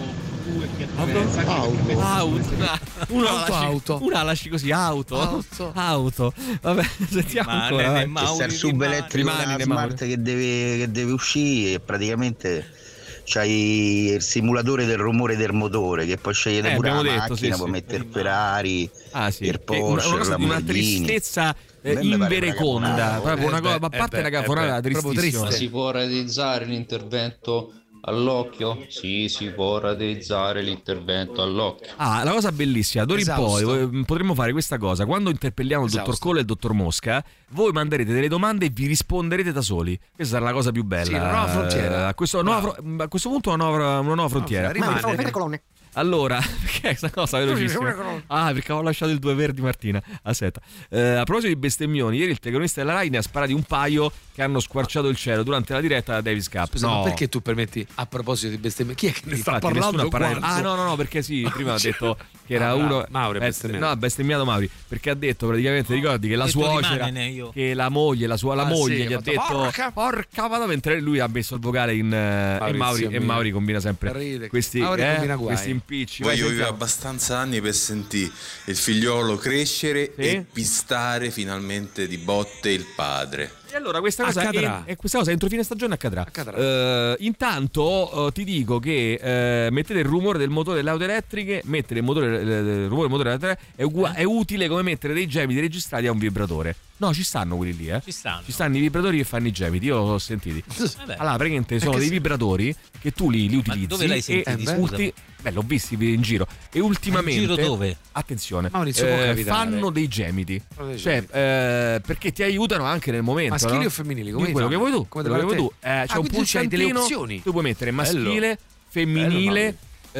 Una lasci così, auto. Vabbè, sentiamo ancora. Il sub elettrico della Smart che deve uscire e praticamente c'hai il simulatore del rumore del motore, che puoi scegliere pure la macchina, puoi mettere Ferrari, il Porsche, una tristezza invereconda, proprio una cosa, a parte una cafonata tristissima. Si può rateizzare l'intervento all'occhio? Sì, si può rateizzare l'intervento all'occhio. La cosa bellissima, d'ora in poi potremmo fare questa cosa: quando interpelliamo il dottor Cole e il dottor Mosca, voi manderete delle domande e vi risponderete da soli. Questa sarà la cosa più bella. Sì, una nuova frontiera. A questo punto una nuova frontiera. Allora, perché questa cosa velocissima? Perché ho lasciato il 2 verdi, Martina. Aspetta. A proposito di bestemmioni, ieri il telecronista della Rai ne ha sparati un paio che hanno squarciato il cielo durante la diretta da Davis Cup. Scusa, ma perché tu permetti, a proposito di bestemmioni, chi è che ne sta parlando? No, perché sì, prima ha detto che era uno. Mauri ha bestemmiato Mauri, perché ha detto praticamente, ricordi che la suocera, che la moglie, la moglie gli ha detto porca vada, mentre lui ha messo il vocale in e Mauri combina sempre questi impicci. Io vivo abbastanza anni per sentire il figliolo crescere e pistare finalmente di botte il padre. E allora questa cosa entro fine stagione accadrà. Intanto ti dico che mettete il rumore del motore delle auto elettriche, mettere il rumore del motore dell'auto è utile come mettere dei gemiti registrati a un vibratore. No, ci stanno quelli lì, Ci stanno i vibratori che fanno i gemiti, io l'ho sentiti. Allora, praticamente sono dei vibratori che tu li utilizzi. Ma dove l'hai sentiti? L'ho visti in giro. E ultimamente. In giro dove? Attenzione, fanno dei gemiti. Cioè, perché ti aiutano anche nel momento. Maschili o femminili? Come quello che vuoi tu. C'è un pulsantino. Tu puoi mettere maschile, femminile.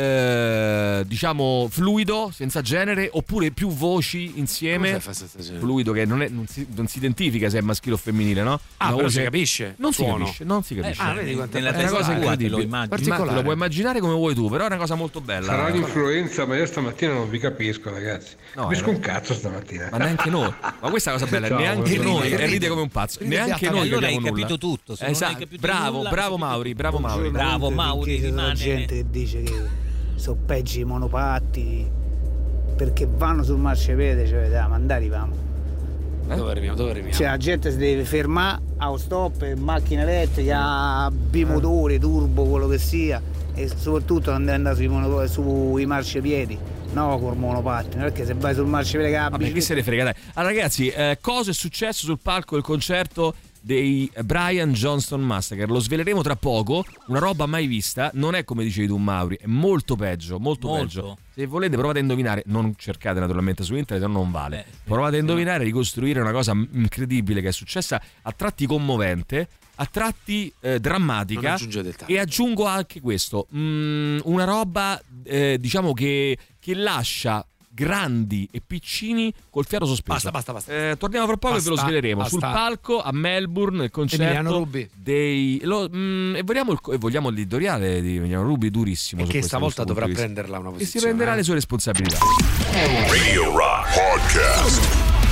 Diciamo fluido senza genere, oppure più voci insieme. Fluido che non si identifica se è maschile o femminile, no? Però si capisce. Non si capisce. Vedi quanto è una cosa incredibile. Lo puoi immaginare come vuoi tu, però è una cosa molto bella. Sarà l'influenza, ma io stamattina non vi capisco, ragazzi. Capisco un cazzo stamattina. Ma neanche noi. Ma questa è la cosa bella, neanche noi. E ride come un pazzo. Neanche noi. Allora hai capito tutto. Bravo Mauri. Bravo Mauri. La gente che dice che sono peggio i monopatti perché vanno sul marciapiede, cioè da mandare vamo. Dove arriviamo? Cioè la gente si deve fermare a stop, macchina elettrica, bimotori, turbo, quello che sia, e soprattutto andare sui marciapiedi, no col monopattino, perché se vai sul marciapiede vabbè, chi se ne frega, dai. Allora ragazzi, cosa è successo sul palco del concerto dei Brian Johnston Massacre? Lo sveleremo tra poco, una roba mai vista, non è come dicevi tu Mauri, è molto peggio. Se volete provate a indovinare, non cercate naturalmente su internet, non vale. Provate a indovinare, ricostruire una cosa incredibile che è successa, a tratti commovente, a tratti drammatica, e aggiungo anche questo, una roba diciamo che lascia grandi e piccini col fiato sospeso. Basta. Torniamo fra poco e ve lo sveleremo. Sul palco a Melbourne il concerto dei e vogliamo l'editoriale di Emiliano Rubi durissimo, e che stavolta dovrà prenderla una posizione e si prenderà le sue responsabilità. Radio Rock Podcast.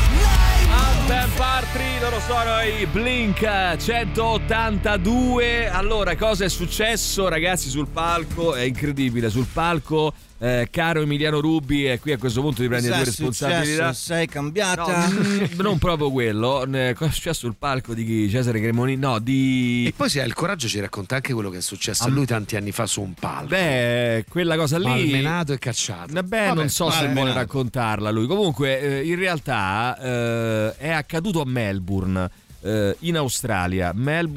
Partri, loro sono i Blink 182. Allora, cosa è successo ragazzi sul palco? È incredibile, sul palco caro Emiliano Rubi, e qui a questo punto ti prendi le tue responsabilità. Sei cambiata? No, non proprio quello. Cosa è successo sul palco di Cesare Cremonini? No, E poi se hai il coraggio ci racconta anche quello che è successo a lui tanti anni fa su un palco. Quella cosa lì, malmenato e cacciato. Non so se vuole raccontarla lui. Comunque in realtà è accaduto a Melbourne, in Australia.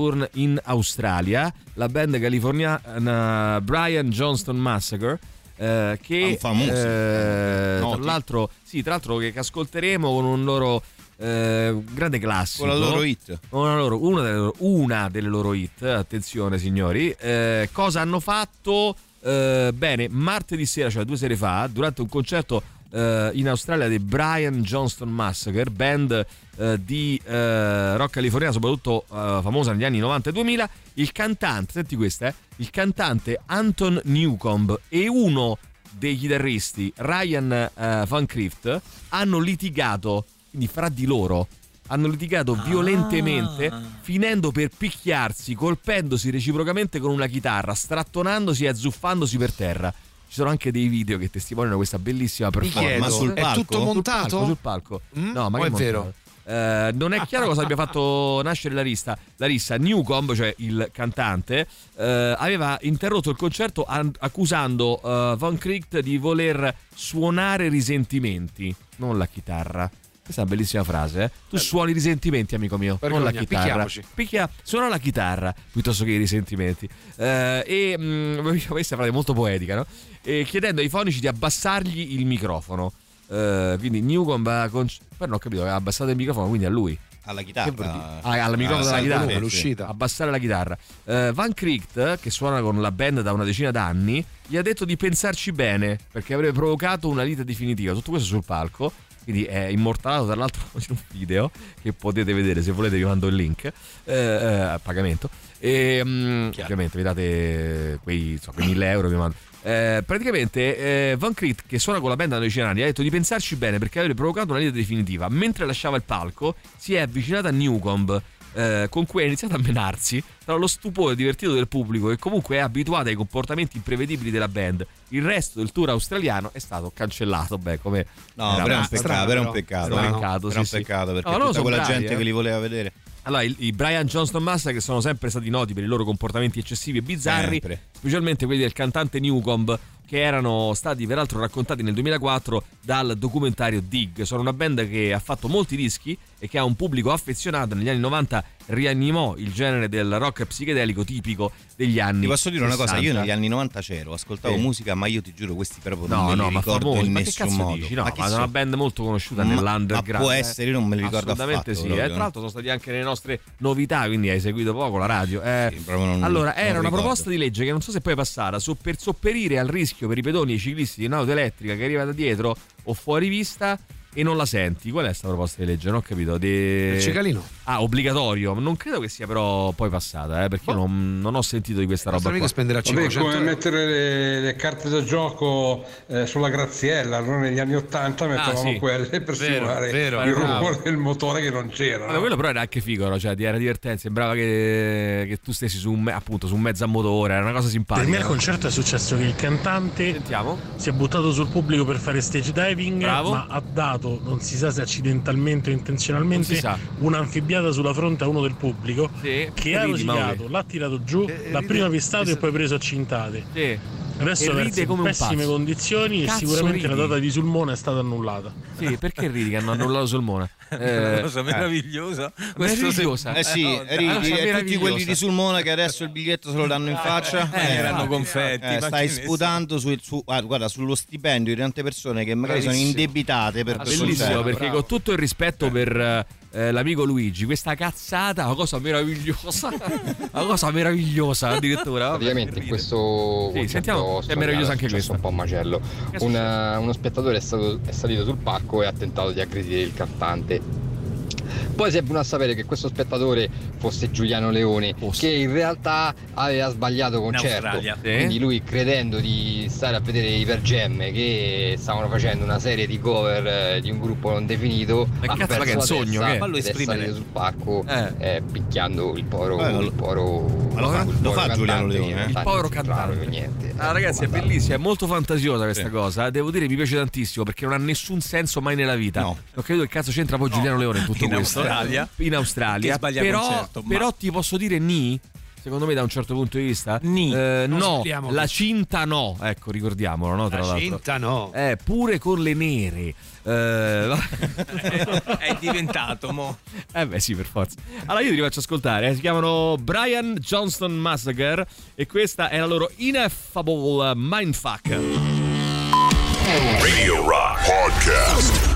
La band californiana Brian Johnston Massacre, che tra l'altro che ascolteremo con un loro grande classico, con la loro hit, una delle loro hit. Attenzione signori, cosa hanno fatto? Bene, martedì sera, cioè 2 sere fa, durante un concerto in Australia dei Brian Johnston Massacre, band di rock californiano, soprattutto famosa negli anni 90 e 2000, il cantante, senti questa, il cantante Anton Newcomb e uno dei chitarristi Ryan Van Clift hanno litigato, quindi fra di loro hanno litigato violentemente, finendo per picchiarsi, colpendosi reciprocamente con una chitarra, strattonandosi e azzuffandosi per terra. Ci sono anche dei video che testimoniano questa bellissima performance. È tutto montato? Sul palco. No, ma è vero? Non è chiaro cosa abbia fatto nascere la rissa. Newcomb, cioè il cantante, aveva interrotto il concerto accusando Van Kriegt di voler suonare risentimenti, non la chitarra. Questa è una bellissima frase, eh? Tu suoni i risentimenti, amico mio, non la chitarra. Suona la chitarra piuttosto che i risentimenti. Questa è una frase molto poetica, no? Chiedendo ai fonici di abbassargli il microfono. Quindi Newcomb poi non ho capito, aveva abbassato il microfono, quindi a lui. Alla chitarra. Alla microfono della chitarra, l'uscita. Abbassare la chitarra. Van Kriegt, che suona con la band da una decina d'anni, gli ha detto di pensarci bene perché avrebbe provocato una lite definitiva. Tutto questo sul palco. Quindi è immortalato tra l'altro in un video che potete vedere, se volete vi mando il link a pagamento e ovviamente vi date quei 1.000 euro vi mando. Praticamente Van Kriegt, che suona con la band da 12 anni, ha detto di pensarci bene perché avrebbe provocato una lite definitiva. Mentre lasciava il palco si è avvicinata a Newcomb, con cui ha iniziato a menarsi tra lo stupore divertito del pubblico, che comunque è abituato ai comportamenti imprevedibili della band. Il resto del tour australiano è stato cancellato. Come era un peccato perché tutta quella gente che li voleva vedere. Allora, i Brian Johnston Massacre sono sempre stati noti per i loro comportamenti eccessivi e bizzarri, specialmente quelli del cantante Newcomb, che erano stati peraltro raccontati nel 2004 dal documentario Dig. Sono una band che ha fatto molti dischi e che ha un pubblico affezionato. Negli anni 90 rianimò il genere del rock psichedelico tipico degli anni 60. Ti posso dire una cosa, io negli anni 90 c'ero, ascoltavo musica, ma io ti giuro questi proprio non me li ricordo in nessun modo. Dici? No, ma è una band molto conosciuta nell'underground. Ma può essere, io non me li ricordo assolutamente affatto. Assolutamente sì, tra l'altro sono stati anche nelle nostre novità, quindi hai seguito poco la radio. Allora, era una proposta di legge che non so se poi è passata, per sopperire al rischio per i pedoni e i ciclisti di un'auto elettrica che arriva da dietro o fuori vista e non la senti. Qual è questa proposta di legge? Non ho capito. Il cicalino. Obbligatorio. Non credo che sia però poi passata, perché io non ho sentito di questa roba qua. Spenderà 500 come mettere le carte da gioco sulla graziella. Noi negli anni 80 mettevamo quelle per simulare il rumore del motore che non c'era. Ma quello però era anche figo, no? Cioè era divertente. Sembrava che tu stessi su un mezzo a motore. Era una cosa simpatica. Per me al concerto è successo che il cantante si è buttato sul pubblico per fare stage diving, ma ha dato, non si sa se accidentalmente o intenzionalmente, un'anfibbiata sulla fronte a uno del pubblico che ha rosicato, l'ha tirato giù, l'ha prima pistato e poi preso a cintate. Adesso versa in pessime condizioni e sicuramente la data di Sulmona è stata annullata. Sì, perché ridi che hanno annullato Sulmona? Una cosa meravigliosa. Ridi, tutti quelli di Sulmona che adesso il biglietto se lo danno in faccia. Erano confetti. Stai sputando guarda, sullo stipendio di tante persone che magari sono indebitate per questo. Bellissimo, perché con tutto il rispetto per l'amico Luigi, questa cazzata è una cosa meravigliosa. Una cosa meravigliosa addirittura. Praticamente in questo sentiamo, è meraviglioso anche questo. Un po' macello. Uno spettatore è salito sul palco e ha tentato di aggredire il cantante. Poi si è venuto a sapere che questo spettatore fosse Giuliano Leone, che in realtà aveva sbagliato concerto. Quindi lui, credendo di stare a vedere i Per Jam che stavano facendo una serie di cover di un gruppo non definito, ha perso che è un sogno, che è salito sul palco picchiando il povero lo fa Giuliano Leone, il povero cantante. Niente. Ragazzi, è bellissima, è molto fantasiosa questa cosa. Devo dire, mi piace tantissimo perché non ha nessun senso mai nella vita. Non credo che cazzo c'entra poi Giuliano Leone in tutto questo. In Australia. Però ti posso dire secondo me da un certo punto di vista no, la cinta no, ecco, ricordiamolo, no, tra l'altro. Cinta no. Pure con le nere. È diventato beh sì, per forza. Allora io ti faccio ascoltare, si chiamano Brian Johnston Massacre e questa è la loro Ineffable Mindfuck. Radio Rock Podcast.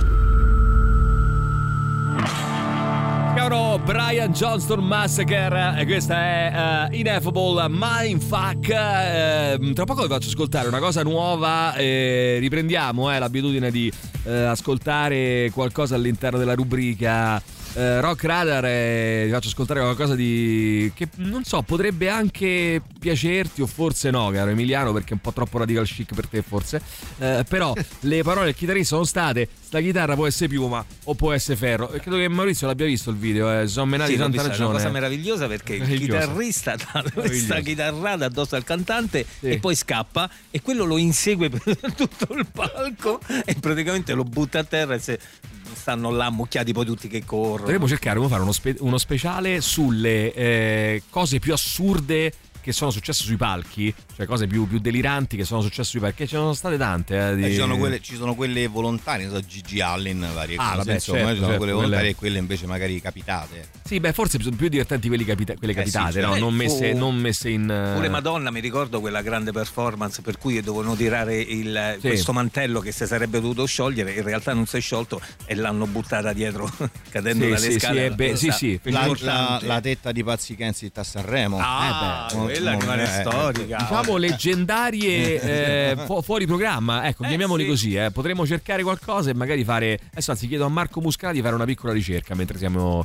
Brian Johnston Massacre e questa è Ineffable Mindfuck. Tra poco vi faccio ascoltare una cosa nuova, riprendiamo l'abitudine di ascoltare qualcosa all'interno della rubrica Rock Radar, vi faccio ascoltare qualcosa che non so, potrebbe anche piacerti o forse no, caro Emiliano, perché è un po' troppo radical chic per te forse, però le parole del chitarrista sono state: sta chitarra può essere piuma o può essere ferro. E credo che Maurizio l'abbia visto il video, sono menati tanta ragione. È una cosa meravigliosa perché il chitarrista dà questa chitarrata addosso al cantante e poi scappa e quello lo insegue per tutto il palco e praticamente lo butta a terra e stanno là ammucchiati poi tutti che corrono. Dovremmo cercare di fare uno speciale sulle cose più assurde che sono successe sui palchi, cioè cose più deliranti che sono successe sui palchi, che ci sono state tante. Ci sono quelle volontarie, so, Gigi Allen, varie cose, vabbè, insomma, certo, ci sono quelle volontarie quelle... e quelle invece magari capitate. Sì, beh, forse sono più divertenti quelle capitate, no? Non messe in... Pure Madonna, mi ricordo quella grande performance per cui dovevano tirare questo mantello che si sarebbe dovuto sciogliere, in realtà non si è sciolto e l'hanno buttata dietro cadendo dalle scale. La tetta di Pazzi Kensit a Sanremo. Quella rimane storica. Diciamo leggendarie fuori programma, ecco, chiamiamoli così. Potremmo cercare qualcosa e magari fare. Adesso anzi chiedo a Marco Muscati di fare una piccola ricerca mentre siamo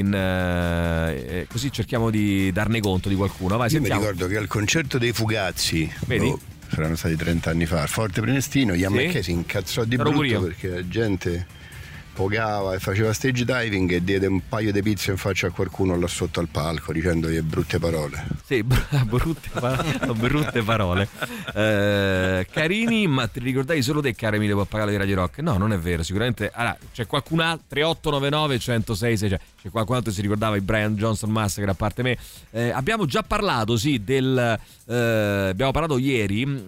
così cerchiamo di darne conto di qualcuno. Vai, sentiamo. Mi ricordo che al concerto dei Fugazzi, saranno stati 30 anni fa, al Forte Prenestino, Ian McKay si incazzò di brutto perché la gente pogava e faceva stage diving e diede un paio di pizze in faccia a qualcuno là sotto al palco dicendogli brutte parole. Sì, brutte parole. Carini, ma ti ricordavi solo te, caro Emilio Pappagallo di Radio Rock? No, non è vero, sicuramente. Allora, c'è qualcun altro, 3899 106 600, c'è qualcun altro che si ricordava il Brian Johnson Massacre, a parte me. Abbiamo già parlato, abbiamo parlato ieri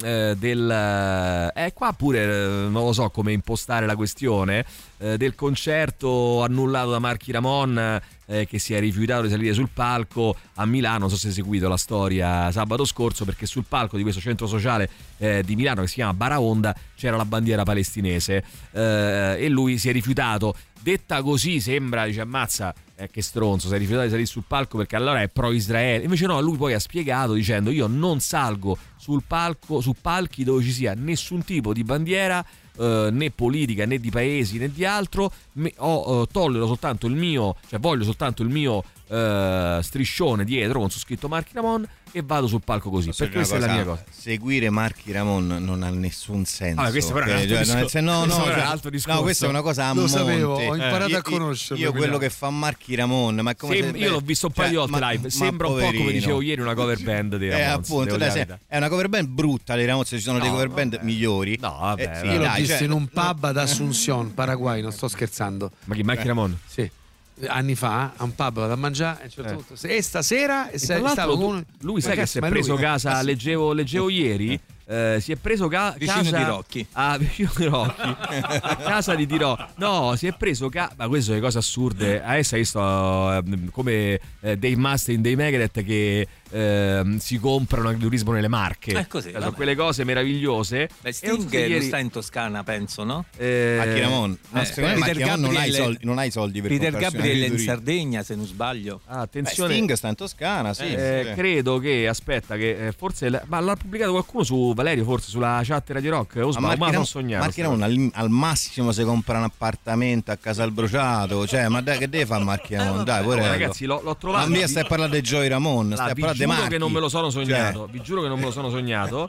qua pure non lo so come impostare la questione, del concerto annullato da Marchi Ramon, che si è rifiutato di salire sul palco a Milano. Non so se hai seguito la storia sabato scorso, perché sul palco di questo centro sociale di Milano che si chiama Baraonda c'era la bandiera palestinese, e lui si è rifiutato. Detta così sembra, dice, ammazza, che stronzo, si è rifiutato di salire sul palco perché allora è pro Israele. Invece no, lui poi ha spiegato dicendo: io non salgo sul palco, su palchi dove ci sia nessun tipo di bandiera, né politica né di paesi né di altro. Tollero soltanto il mio, cioè voglio soltanto il mio striscione dietro con su scritto Marchi Ramon e vado sul palco così. Per questa è la mia cosa. Seguire Marchi Ramon non ha nessun senso. Questo però è un altro discorso. No, questa è una cosa a Lo monte. sapevo, ho imparato a conoscerlo. Io quello che fa Marchi Ramon, ma come io l'ho visto un paio di volte live, sembra un po' come dicevo ieri una cover band dei Ramones. Appunto, è una cover band brutta, dei Ramones, ci sono dei cover band migliori. No, vabbè. Io l'ho visto in un pub ad Asunción, Paraguay, non sto scherzando. Ma chi, Marchi Ramon? Sì. Anni fa a un pub vado a mangiare a un certo punto, e stasera stavo con lui, sai che si è preso casa, leggevo ieri, si è preso vicino casa di Rocchi. Vicino di Rocchi. Casa di Tirò. No, si è preso ma questo è cose assurde. Adesso hai visto come Dave Mustaine dei Megadeth che si comprano agriturismo nelle Marche. Così, sono quelle cose meravigliose. Sting ieri sta in Toscana, penso, no? Marchi Ramon. Peter Gabriel non hai soldi per Peter Gabriel in Sardegna, se non sbaglio. Attenzione. Sting sta in Toscana, sì. Credo che forse ma l'ha pubblicato qualcuno su Valerio, forse sulla chat Radio Rock. Ma non sognato. Marchi Ramon al massimo si compra un appartamento a Casal Bruciato, cioè, ma dai, che deve fare Marchi Ramon? Dai, ragazzi, l'ho trovato. Ma stai a parlare di Joey Ramon, stai a parlare di Marchi. Che non me lo sono sognato, vi giuro che non me lo sono sognato.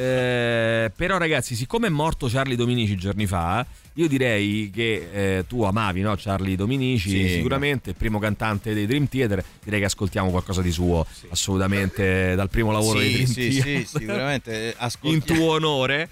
Però ragazzi, siccome è morto Charlie Dominici giorni fa, io direi che tu amavi, no, Charlie Dominici, sicuramente il primo cantante dei Dream Theater. Direi che ascoltiamo qualcosa di suo, assolutamente, dal primo lavoro dei Dream Theater. Sì, sicuramente in tuo onore.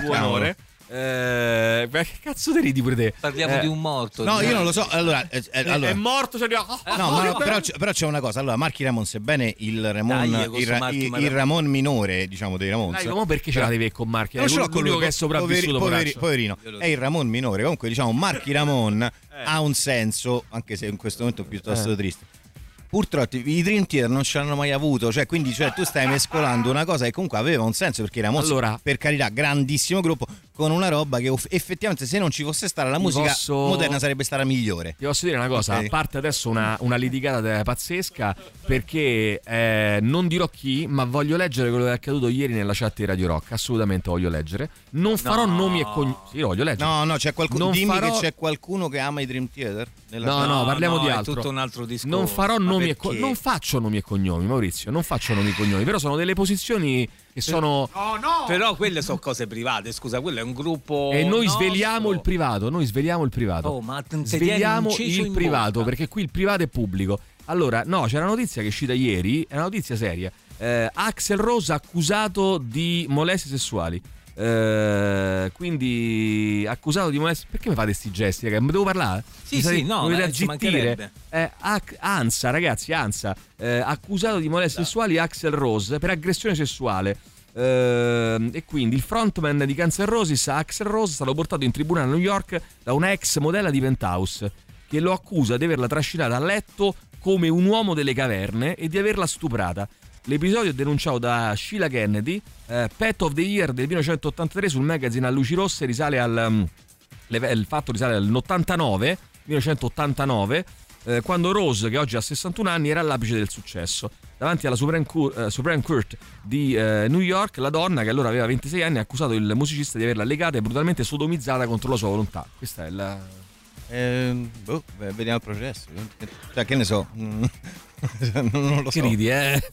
Che cazzo te ridi pure te? Parliamo di un morto. No, io non lo so. Allora, è morto, cioè... però c'è una cosa. Allora, Marchi Ramon, sebbene il Ramon minore, diciamo, dei Ramones. Dai, ma perché ce l'avevi con Marchi? Non ce l'ho con lui, che è sopravvissuto, poverino. È il Ramon minore. Comunque, diciamo, Marchi Ramon ha un senso, anche se in questo momento è piuttosto triste. Purtroppo i Dream Theater non ce l'hanno mai avuto, cioè tu stai mescolando una cosa che comunque aveva un senso, perché era per carità grandissimo gruppo, con una roba che effettivamente, se non ci fosse stata la musica moderna, sarebbe stata migliore. Ti posso dire una cosa, a parte adesso una litigata pazzesca, perché non dirò chi, ma voglio leggere quello che è accaduto ieri nella chat di Radio Rock. Assolutamente voglio leggere. Non farò nomi e cognomi. Sì, voglio leggere. No, c'è qualcuno. Dimmi che c'è qualcuno che ama i Dream Theater. No, parliamo di altro. È tutto un altro discorso. Non farò nomi non faccio nomi e cognomi, Maurizio. Non faccio nomi e cognomi, però sono delle posizioni che sono. No. Però quelle sono cose private. Scusa, quello è un gruppo. E noi sveliamo il privato. Oh, ma sveliamo il privato, perché qui il privato è pubblico. Allora, no, c'è una notizia che è uscita ieri, è una notizia seria. Axl Rose accusato di molestie sessuali. Quindi accusato di molestia. Perché mi fate sti gesti? Che devo parlare? Sì, no, ci mancherebbe. ANSA, ragazzi, ANSA, accusato di molestie sessuali Axl Rose per aggressione sessuale. E quindi il frontman di Guns N' Roses, Axl Rose, è stato portato in tribunale a New York da una ex modella di Penthouse che lo accusa di averla trascinata a letto come un uomo delle caverne e di averla stuprata. L'episodio è denunciato da Sheila Kennedy, Pet of the Year del 1983 sul magazine a luci rosse, risale il fatto risale all'89, 1989, quando Rose, che oggi ha 61 anni, era all'apice del successo. Davanti alla Supreme Court di New York, la donna, che allora aveva 26 anni, ha accusato il musicista di averla legata e brutalmente sodomizzata contro la sua volontà. Questa è la... vediamo il processo. Cioè, che ne so. Non lo so. Che ridi,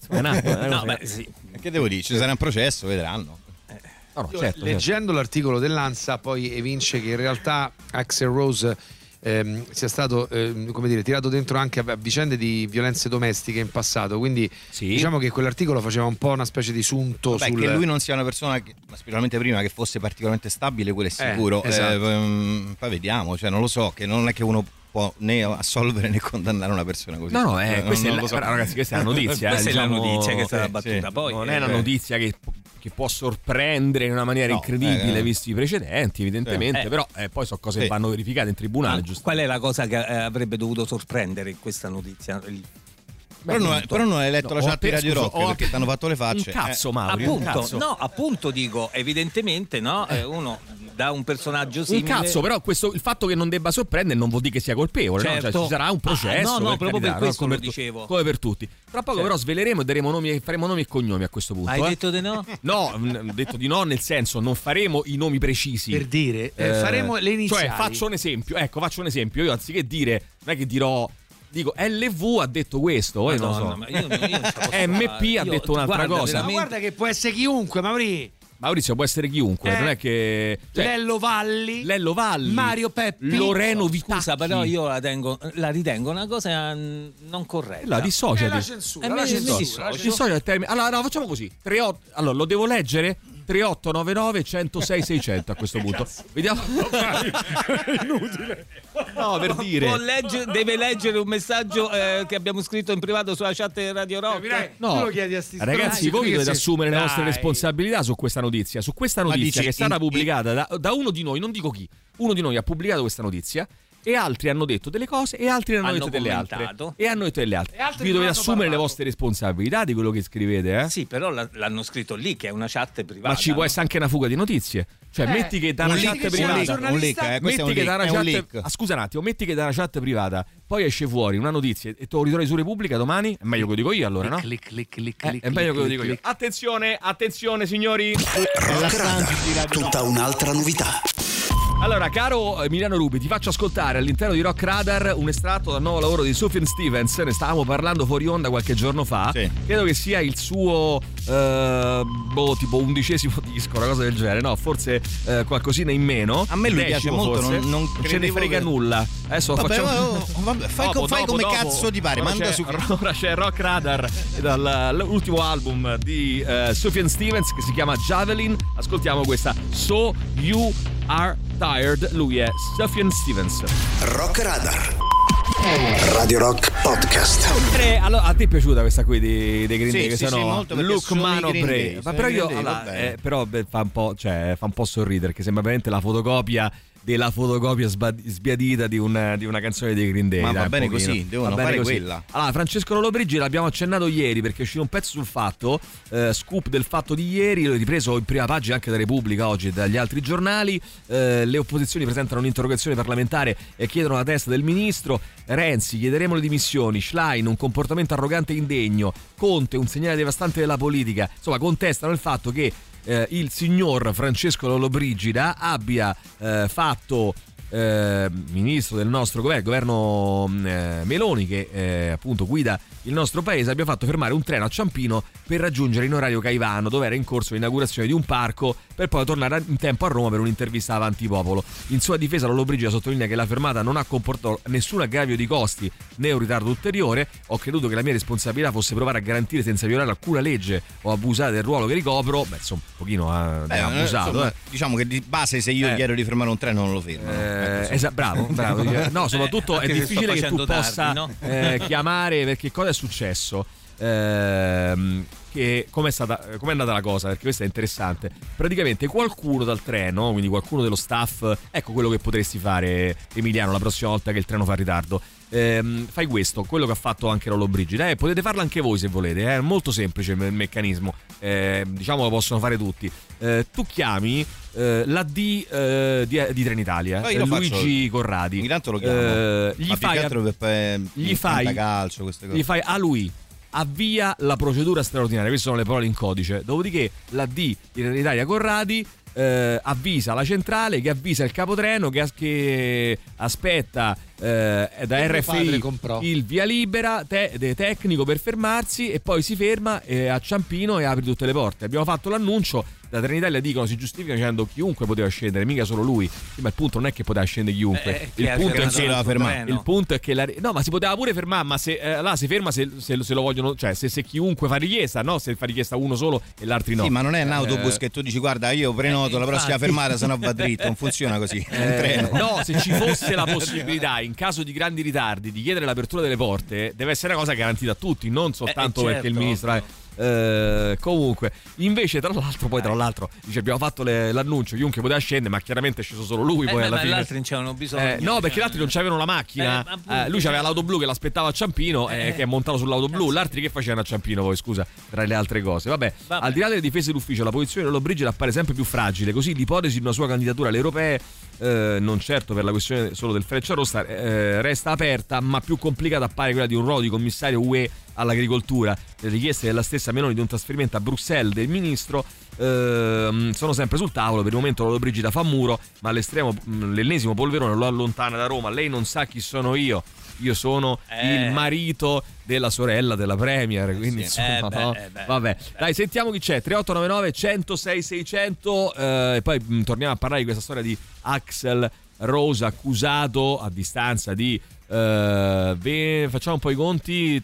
sì. Che devo dire? Ci sarà un processo, vedranno. Certo. Leggendo l'articolo dell'ANSA poi evince che in realtà Axl Rose sia stato tirato dentro anche a vicende di violenze domestiche in passato, quindi diciamo che quell'articolo faceva un po' una specie di sunto che lui non sia una persona specialmente prima che fosse particolarmente stabile, quello è sicuro. Esatto. Poi vediamo, cioè non lo so, che non è che uno può né assolvere né condannare una persona così. Questa è la notizia. Questa è la notizia che è stata battuta. Poi non è una notizia che può sorprendere in una maniera incredibile visti i precedenti, evidentemente, però poi sono cose che vanno verificate in tribunale. Qual è la cosa che avrebbe dovuto sorprendere in questa notizia? Però non hai letto la chat di Radio Rock perché ti hanno fatto le facce. Un cazzo, Mauri. Appunto dico, evidentemente uno da un personaggio simile. Un cazzo, però il fatto che non debba sorprendere non vuol dire che sia colpevole, certo. No? Cioè, ci sarà un processo. Proprio per questo lo dicevo. Come per tutti. Tra poco però sveleremo e faremo nomi e cognomi a questo punto. Hai detto di no? No, ho detto di no, nel senso non faremo i nomi precisi. Per dire, faremo le iniziali. Cioè, faccio un esempio. Io anziché dire, non è che dirò, dico LV ha detto questo, non lo so. Io MP ha detto un'altra cosa. Ma guarda che può essere chiunque, Maurizio, può essere chiunque, non è che Lello Valli, Mario Peppi, Loreno Vitacchi. Scusa, però io la ritengo una cosa non corretta. La dissociati. La censura. Dissocia il termine. Allora, no, facciamo così. Allora, lo devo leggere? 3899 106 600 a questo punto. Vediamo. Inutile. No, per dire. Deve leggere un messaggio che abbiamo scritto in privato sulla chat di Radio Rock. No, lo chiedi a ragazzi, voi dovete assumere le vostre responsabilità su questa notizia. Su questa notizia che è stata pubblicata da uno di noi, non dico chi. Uno di noi ha pubblicato questa notizia. E altri hanno detto delle cose e altri hanno detto delle altre. E hanno detto delle altre. Vi dovete assumere le vostre responsabilità di quello che scrivete, Sì, però l'hanno scritto lì, che è una chat privata. Ma ci può essere anche una fuga di notizie. Cioè, metti che da una chat privata. Scusa un attimo, metti che da una chat privata poi esce fuori una notizia e te lo ritrovi su Repubblica domani. È meglio che lo dico io, allora, no? Clic. È meglio che lo dico io. Attenzione, signori. Tutta un'altra novità. Allora, caro Emiliano Rubi, ti faccio ascoltare all'interno di Rock Radar un estratto dal nuovo lavoro di Sufjan Stevens. Ne stavamo parlando fuori onda qualche giorno fa. Credo che sia il suo tipo 11° disco, una cosa del genere. No, forse qualcosina in meno. A me lui piace molto, non ce ne frega nulla. Adesso fai come cazzo ti pare. Manda su. Ora c'è Rock Radar dall'ultimo album di Sufjan Stevens che si chiama Javelin. Ascoltiamo questa So You Are Tired. Lui è Sufjan Stevens. Rock Radar, Radio Rock Podcast. Allora, a te è piaciuta questa qui dei Green Day? Che sono molto, Look Man of Brave. Ma però io però fa un po' sorridere, che sembra veramente la fotocopia della fotocopia sbiadita di una canzone dei Green Day. Ma va bene così, devono fare quella. Allora, Francesco Lollobrigida l'abbiamo accennato ieri perché è uscito un pezzo sul fatto, scoop del fatto di ieri, l'ho ripreso in prima pagina anche da Repubblica oggi e dagli altri giornali. Le opposizioni presentano un'interrogazione parlamentare e chiedono la testa del ministro. Renzi, chiederemo le dimissioni. Schlein, un comportamento arrogante e indegno. Conte, un segnale devastante della politica. Insomma, contestano il fatto che il signor Francesco Lollobrigida abbia fatto ministro del nostro governo Meloni, che appunto guida il nostro paese, abbia fatto fermare un treno a Ciampino per raggiungere in orario Caivano, dove era in corso l'inaugurazione di un parco, per poi tornare in tempo a Roma per un'intervista Avanti Popolo. In sua difesa Lollobrigida sottolinea che la fermata non ha comportato nessun aggravio di costi né un ritardo ulteriore. Ho creduto che la mia responsabilità fosse provare a garantire senza violare alcuna legge o abusare del ruolo che ricopro. Beh, insomma, un pochino abusato. Insomma, diciamo che di base se io chiedo di fermare un treno non lo fermo. Bravo. No, soprattutto è difficile che tu possa chiamare, perché cosa è successo? Che com'è andata la cosa, perché questa è interessante. Praticamente qualcuno dal treno, quindi qualcuno dello staff, ecco quello che potresti fare, Emiliano, la prossima volta che il treno fa ritardo. Fai questo, quello che ha fatto anche Lollobrigida, potete farlo anche voi se volete, è molto semplice il meccanismo, diciamo lo possono fare tutti. Tu chiami l'AD di Trenitalia, Luigi Corradi, intanto lo chiamo, gli fai calcio, queste cose. Gli fai a lui: avvia la procedura straordinaria, queste sono le parole in codice. Dopodiché l'AD di Trenitalia Corradi avvisa la centrale, che avvisa il capotreno che aspetta da RFI il via libera tecnico per fermarsi, e poi si ferma a Ciampino e apre tutte le porte. Abbiamo fatto l'annuncio, da Trenitalia dicono, si giustifica dicendo chiunque poteva scendere, mica solo lui. Sì, ma il punto non è che poteva scendere chiunque, il punto è che no, ma si poteva pure fermare, ma se là si ferma se lo vogliono, cioè se chiunque fa richiesta, no, se fa richiesta uno solo e l'altri no. Sì, ma non è un autobus che tu dici guarda io prenoto la prossima fermata, se no va dritto, non funziona così. No, se ci fosse la possibilità in caso di grandi ritardi di chiedere l'apertura delle porte, deve essere una cosa garantita a tutti, non soltanto perché il ministro comunque invece tra l'altro dice abbiamo fatto l'annuncio, chiunque poteva scendere, ma chiaramente è sceso solo lui, poi alla fine gli altri non c'erano bisogno, no, perché gli altri non c'avevano la macchina, lui c'aveva l'auto blu che l'aspettava a Ciampino, che è montato sull'auto blu, gli altri che facevano a Ciampino poi, scusa, tra le altre cose. Vabbè. Al di là delle difese d'ufficio, la posizione di Lollobrigida appare sempre più fragile, così l'ipotesi di una sua candidatura alle europee, non certo per la questione solo del Frecciarossa, resta aperta, ma più complicata appare quella di un ruolo di commissario UE all'agricoltura. Le richieste della stessa Meloni di un trasferimento a Bruxelles del ministro sono sempre sul tavolo. Per il momento Lollobrigida fa muro, ma l'ennesimo polverone lo allontana da Roma. Lei non sa chi sono io sono il marito della sorella della Premier, quindi insomma vabbè. Dai, sentiamo chi c'è. 3899 106 600 e poi torniamo a parlare di questa storia di Axl Rose, accusato a distanza di facciamo un po' i conti,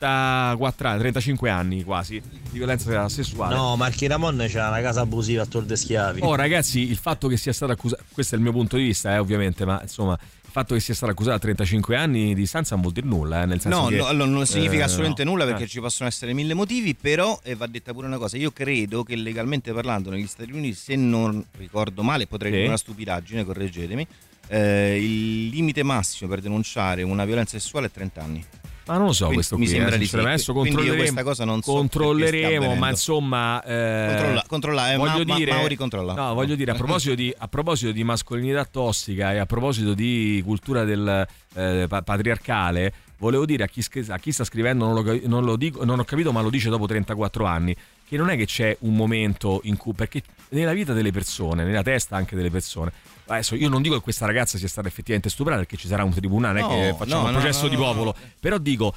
35 anni quasi di violenza sessuale. No, Marchi Ramon c'era una casa abusiva a Tor de Schiavi. Ragazzi, il fatto che sia stato accusato, questo è il mio punto di vista, ovviamente, ma insomma il fatto che sia stato accusato a 35 anni di distanza non vuol dire nulla, nel senso che non significa assolutamente nulla, perché ci possono essere mille motivi, però va detta pure una cosa: io credo che legalmente parlando negli Stati Uniti, se non ricordo male, potrei dire una stupidaggine, correggetemi, il limite massimo per denunciare una violenza sessuale è 30 anni. Ma non lo so, quindi, questo qui, mi sembra di sì. Adesso questa cosa non so, controlleremo, ma insomma controlla, voglio dire, Mauri controlla. No, voglio dire, a proposito di mascolinità tossica e a proposito di cultura del patriarcale, volevo dire a chi sta scrivendo, non lo dico, non ho capito, ma lo dice dopo 34 anni, che non è che c'è un momento in cui, perché nella vita delle persone, nella testa anche delle persone, adesso io non dico che questa ragazza sia stata effettivamente stuprata, perché ci sarà un tribunale, non è che facciamo un processo di popolo, però dico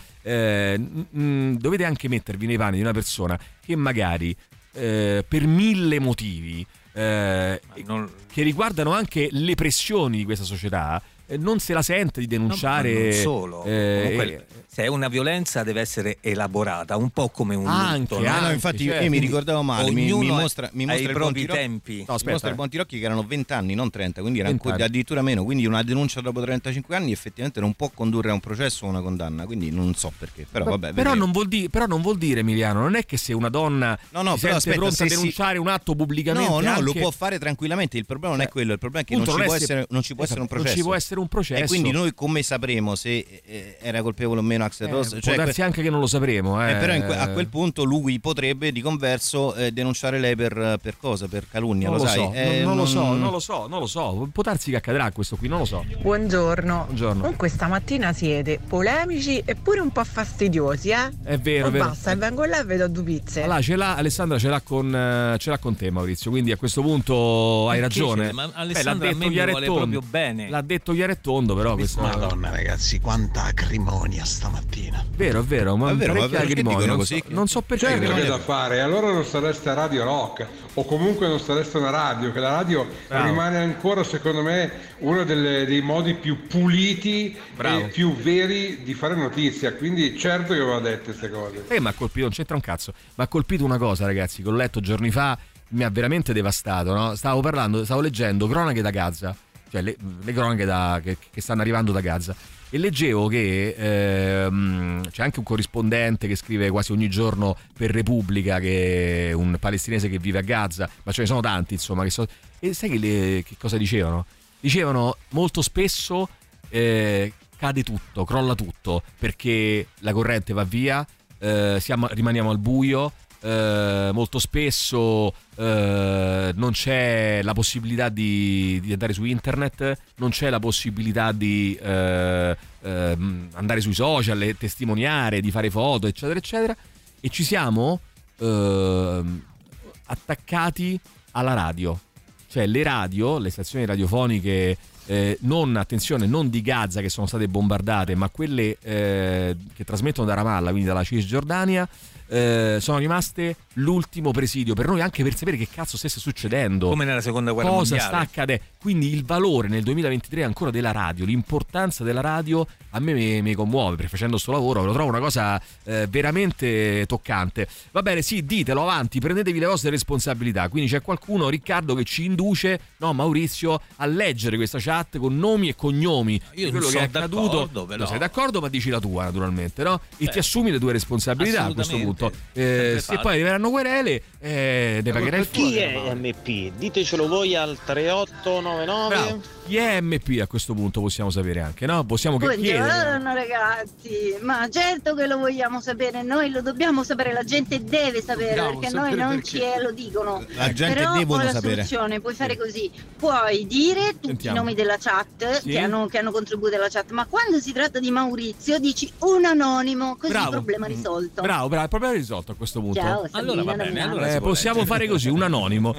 dovete anche mettervi nei panni di una persona che magari per mille motivi che riguardano anche le pressioni di questa società non se la sente di denunciare. Non solo, comunque, se è una violenza deve essere elaborata un po' come un lutto, no, infatti certo. Io mi ricordavo male, mi mostra i propri tempi. Mi mostra il Bontirocchi che erano 20 anni, non 30, quindi era addirittura meno, quindi una denuncia dopo 35 anni effettivamente non può condurre a un processo o una condanna, quindi non so perché, però vabbè. Però non vuol dire, Emiliano, non è che se una donna si sente pronta a denunciare un atto pubblicamente, lo può fare tranquillamente, il problema non è quello, il problema è che non ci può essere un processo. Non ci può essere un processo. E quindi noi come sapremo se era colpevole o meno Axel Rose? Può darsi anche che non lo sapremo. Però a quel punto lui potrebbe di converso denunciare lei per cosa? Per calunnia, non lo sai? Non lo so. Può darsi che accadrà questo qui, non lo so. Buongiorno. Comunque stamattina siete polemici e pure un po' fastidiosi, È vero, basta, vengo là e vedo due pizze. Allora, Alessandra ce l'ha con te, Maurizio, quindi a questo punto hai ragione. Ma Alessandra a me mi vuole proprio bene. L'ha detto chiaro e tondo, però Madonna ragazzi, quanta acrimonia stamattina. Vero, ma parecchia acrimonia così. Non so perché. Certo che è da fare, allora non sareste a Radio Rock o comunque non sareste una radio, che la radio rimane ancora secondo me uno dei modi più puliti e più veri di fare notizia, quindi certo che avevo detto queste cose. Ma ha colpito, non c'entra un cazzo, ma ha colpito una cosa, ragazzi, che ho letto giorni fa, mi ha veramente devastato, no? Stavo leggendo cronache da Gaza, cioè le cronache che stanno arrivando da Gaza, e leggevo che c'è anche un corrispondente che scrive quasi ogni giorno per Repubblica, che è un palestinese che vive a Gaza, ma ce ne sono tanti, insomma, e sai che cosa dicevano? Dicevano molto spesso cade tutto, crolla tutto, perché la corrente va via, rimaniamo al buio, molto spesso non c'è la possibilità di andare su internet, non c'è la possibilità di andare sui social e testimoniare, di fare foto, eccetera eccetera, e ci siamo attaccati alla radio, cioè le radio, le stazioni radiofoniche non di Gaza, che sono state bombardate, ma quelle che trasmettono da Ramallah, quindi dalla Cisgiordania, sono rimaste l'ultimo presidio per noi, anche per sapere che cazzo stesse succedendo, come nella seconda guerra mondiale, cosa sta accadendo. Quindi il valore nel 2023 ancora della radio, l'importanza della radio a me mi commuove, perché facendo sto lavoro lo trovo una cosa veramente toccante. Va bene, sì, ditelo, avanti, prendetevi le vostre responsabilità. Quindi c'è qualcuno, Riccardo, che ci induce, no, Maurizio, a leggere questa chat con nomi e cognomi. Io quello che è accaduto, non sei d'accordo, ma dici la tua, naturalmente, no? E ti assumi le tue responsabilità a questo punto. Se poi arriveranno querele, ne pagherai il fuoco. Chi è MP? Ditecelo voi al 3899. Bravo. Chi è MP a questo punto possiamo sapere anche, no? Possiamo chiedere. Buongiorno ragazzi, ma certo che lo vogliamo sapere, noi lo dobbiamo sapere, la gente deve sapere, perché noi non ce lo dicono. La gente però deve sapere. La soluzione, puoi fare così, puoi dire tutti i nomi della chat che hanno contribuito alla chat, ma quando si tratta di Maurizio dici un anonimo, così il problema risolto. Bravo, il problema è risolto a questo punto. Ciao, allora va bene, allora possiamo fare così, un anonimo.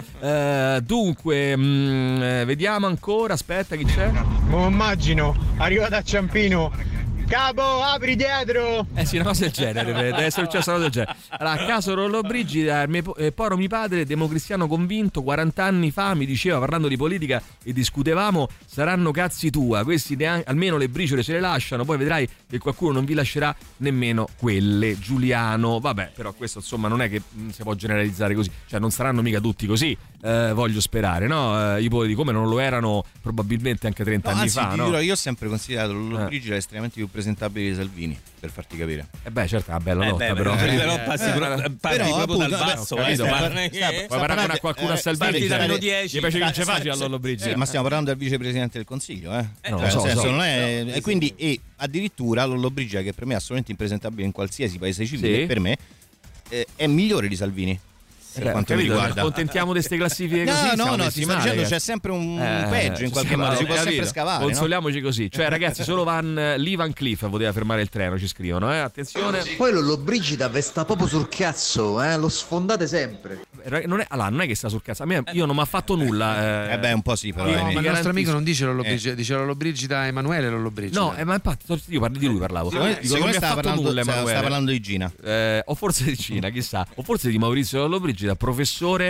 Dunque, vediamo ancora, aspetta, chi c'è? Immagino, arriva da Ciampino. Capo, apri dietro! Sì, una cosa del genere, deve essere successa una cosa del genere. Allora, a caso Lollobrigida, poro mio padre, democristiano convinto, 40 anni fa mi diceva, parlando di politica e discutevamo, saranno cazzi tua, questi almeno le briciole se le lasciano, poi vedrai che qualcuno non vi lascerà nemmeno quelle. Giuliano, vabbè, però questo insomma non è che si può generalizzare così, cioè non saranno mica tutti così, voglio sperare, no? I politici come non lo erano probabilmente anche 30 anni fa, no? Io ho sempre considerato Lollobrigida estremamente più presentabile di Salvini, per farti capire. Beh, certo, è una bella lotta, però passi proprio dal basso, puoi parlare a qualcuno a Salvini, gli piace che non c'è facile a Lollobrigida, ma stiamo parlando del vicepresidente del Consiglio, non è, e quindi addirittura Lollobrigida, che per me è assolutamente impresentabile in qualsiasi paese civile, per me è migliore di Salvini. Per quanto mi riguarda, accontentiamo di queste classifiche così. No, ti sto dicendo c'è sempre un peggio in qualche modo, si può sempre scavare. Consoliamoci così. Cioè, ragazzi, solo Lee Van Cleef poteva fermare il treno, ci scrivono, attenzione. Poi Lollobrigida vi sta proprio sul cazzo, lo sfondate sempre. Non è che sta sul cazzo. Io non mi ha fatto nulla. Un po' sì, però. Ma il nostro amico non dice Lollobrigida, dice Lollobrigida Emanuele Lollobrigida. No, ma infatti io parli di lui, parlavo. Secondo me stava parlando di Gina. O forse di Gina, chissà. O forse di Maurizio Lollobrigida, professore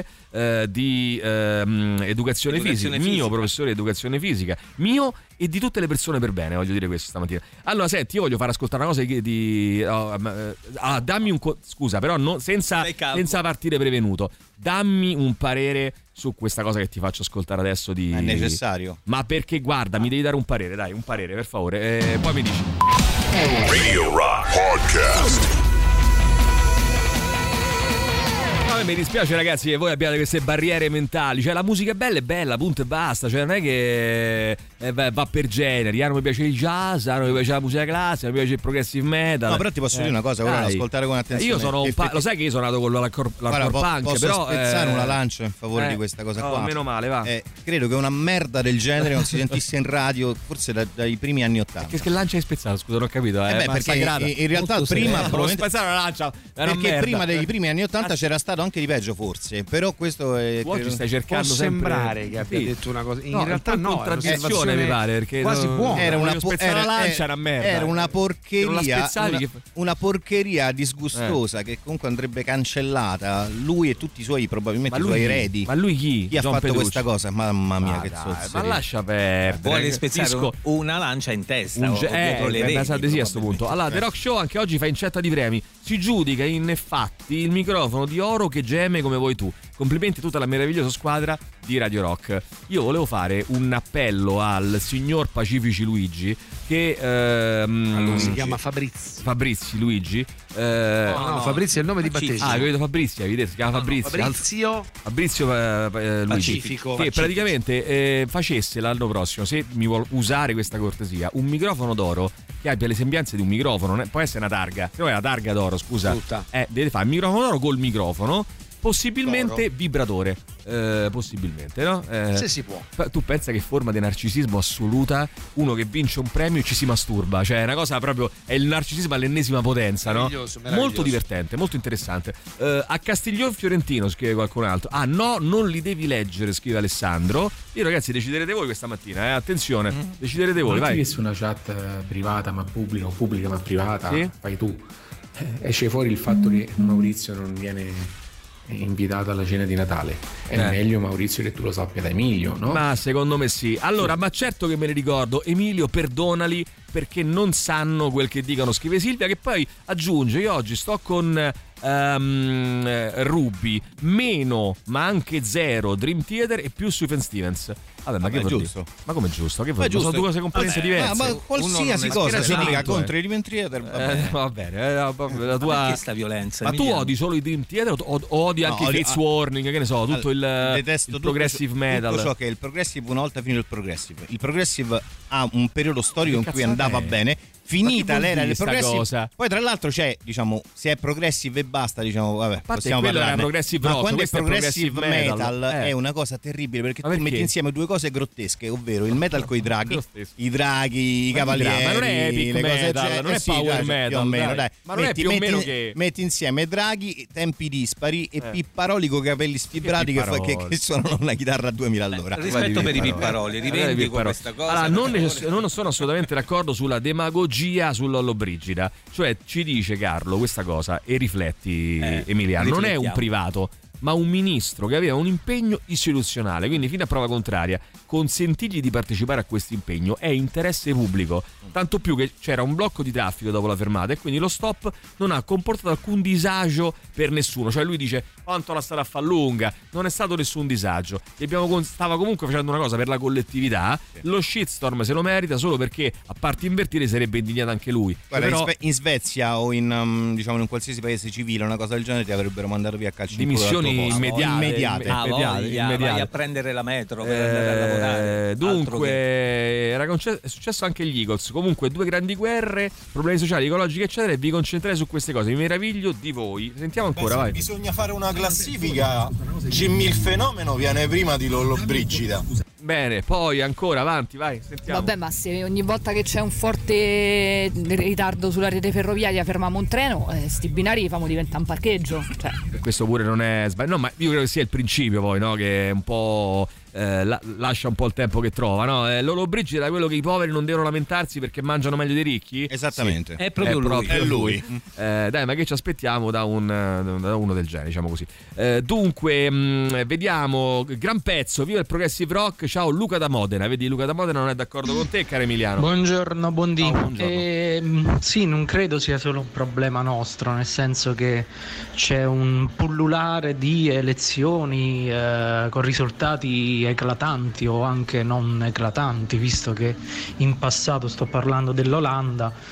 di educazione fisica, mio professore di educazione fisica, mio e di tutte le persone per bene, voglio dire questo stamattina. Allora, senti, io voglio far ascoltare una cosa dammi un scusa, però senza partire prevenuto. Dammi un parere su questa cosa che ti faccio ascoltare adesso. È necessario. Ma perché, guarda, mi devi dare un parere, dai, un parere, per favore. Poi mi dici. Radio Rock Podcast. me mi dispiace, ragazzi, che voi abbiate queste barriere mentali. Cioè, la musica è bella, punto e basta. Cioè, non è che va per generi. A non mi piace il jazz, a non mi piace la musica classica, a non mi piace il progressive metal. No, però ti posso dire una cosa, ora ascoltare con attenzione. Io sono lo sai che io sono nato con l'hardcore punk, posso però spezzare una lancia in favore di questa cosa qua. Meno male, va. Credo che una merda del genere non si sentisse in radio forse dai primi anni '80. Che lancia hai spezzato? Scusa, non ho capito. Perché in realtà prima spezzare una lancia perché prima dei primi anni '80 c'era stato anche di peggio forse, però questo è tu oggi stai cercando può sembrare che abbia detto una cosa, in realtà no, contraddizione mi pare, perché quasi buona. Era una lancia, era merda. Era una porcheria, una porcheria disgustosa che comunque andrebbe cancellata. Lui e tutti i suoi, probabilmente i suoi eredi. Ma lui chi ha fatto questa cosa? Mamma mia, che zozzeria. Ma lascia perdere. Vuole spezzare una lancia in testa o dietro le reti, a questo punto. Allora, The Rock Show anche oggi fa incetta di premi. Si giudica in fatti il microfono di oro che geme come vuoi tu. Complimenti a tutta la meravigliosa squadra di Radio Rock. Io volevo fare un appello al signor Pacifici Luigi che si chiama Fabrizi Luigi. No, Fabrizi è il nome di battesimo. Ah, vedo Fabrizio, si chiama Fabrizio Luigi. Pacifico. Che praticamente facesse l'anno prossimo, se mi vuol usare questa cortesia, un microfono d'oro che abbia le sembianze di un microfono. Può essere una targa, se no è una targa d'oro, scusa. Deve fare il microfono d'oro col microfono. Possibilmente vibratore, possibilmente, no? Se si può. Tu pensa che forma di narcisismo assoluta uno che vince un premio e ci si masturba? Cioè, è una cosa proprio, è il narcisismo all'ennesima potenza, no? Meraviglioso. Molto divertente, molto interessante. A Castiglion Fiorentino, scrive qualcun altro. Ah no, non li devi leggere, scrive Alessandro. Io, ragazzi, deciderete voi questa mattina, attenzione, deciderete voi, vai. Su una chat privata ma pubblica o pubblica ma privata, sì? Fai tu. Esce fuori il fatto che Maurizio non viene invitato alla cena di Natale. È meglio, Maurizio, che tu lo sappia da Emilio, no? Ma secondo me sì. Allora, ma certo che me ne ricordo. Emilio, perdonali perché non sanno quel che dicono, scrive Silvia, che poi aggiunge: io oggi sto con Ruby, meno ma anche zero Dream Theater e più Sufjan Stevens. Vabbè, ma che vuol dire? Ma come giusto? Che vuol dire? Sono due cose completamente diverse. Ma qualsiasi cosa si dica contro i Dream Theater, va bene. La tua ma questa violenza. Ma tu odi solo i Dream Theater o odi anche i Fates Warning, che ne so, tutto il progressive metal? Tutto ciò che è il progressive, una volta finito il progressive ha un periodo storico in cui andava bene. Finita l'era del progressive, cosa? Poi tra l'altro c'è, diciamo, se è progressive e basta, diciamo, vabbè, possiamo parlare. Ma quando è progressive metal è una cosa terribile, perché tu metti insieme due cose grottesche, ovvero il metal con i draghi, i cavalieri, ma non è epic le metal, cose, non è power metal, più o meno, dai. Ma non è più o meno che metti insieme draghi, tempi dispari e Pipparoli con capelli sfibrati che suonano una chitarra a 2000 all'ora. Rispetto per i Pipparoli, rivendico questa cosa. Allora, non sono assolutamente d'accordo sulla demagogia su Lollobrigida, cioè ci dice Carlo questa cosa e rifletti, Emiliano, non è un privato ma un ministro che aveva un impegno istituzionale, quindi fino a prova contraria consentirgli di partecipare a questo impegno è interesse pubblico, tanto più che c'era un blocco di traffico dopo la fermata e quindi lo stop non ha comportato alcun disagio per nessuno. Cioè lui dice: quanto la strada fa lunga, non è stato nessun disagio, stava comunque facendo una cosa per la collettività. Lo shitstorm se lo merita solo perché, a parte invertire, sarebbe indignato anche lui. Guarda, però in Svezia o in diciamo in un qualsiasi paese civile una cosa del genere ti avrebbero mandato via a calci dimissioni immediate. Vai a prendere la metro per andare a lavorare. Dunque è successo anche agli Eagles. Comunque, due grandi guerre, problemi sociali, ecologici eccetera, e vi concentrate su queste cose. Mi meraviglio di voi. Sentiamo ancora, vai. Bisogna fare una classifica. Jimmy il fenomeno viene prima di Lollobrigida. Bene, poi ancora avanti, vai, sentiamo. Vabbè, ma se ogni volta che c'è un forte ritardo sulla rete ferroviaria fermiamo un treno, sti binari famo diventare un parcheggio, cioè. Questo pure non è sbagliato. No, ma io credo che sia il principio poi, no? Che è un po' lascia un po' il tempo che trova, no? Lollobrigida era quello che i poveri non devono lamentarsi perché mangiano meglio dei ricchi. Esattamente, sì. È proprio lui. Dai, ma che ci aspettiamo da uno del genere, diciamo così. Dunque, vediamo, gran pezzo, viva il progressive rock. Ciao Luca da Modena. Vedi, Luca da Modena non è d'accordo con te, caro Emiliano. Buongiorno, buondì. Buongiorno. Sì, non credo sia solo un problema nostro, nel senso che c'è un pullulare di elezioni con risultati eclatanti o anche non eclatanti, visto che in passato, sto parlando dell'Olanda,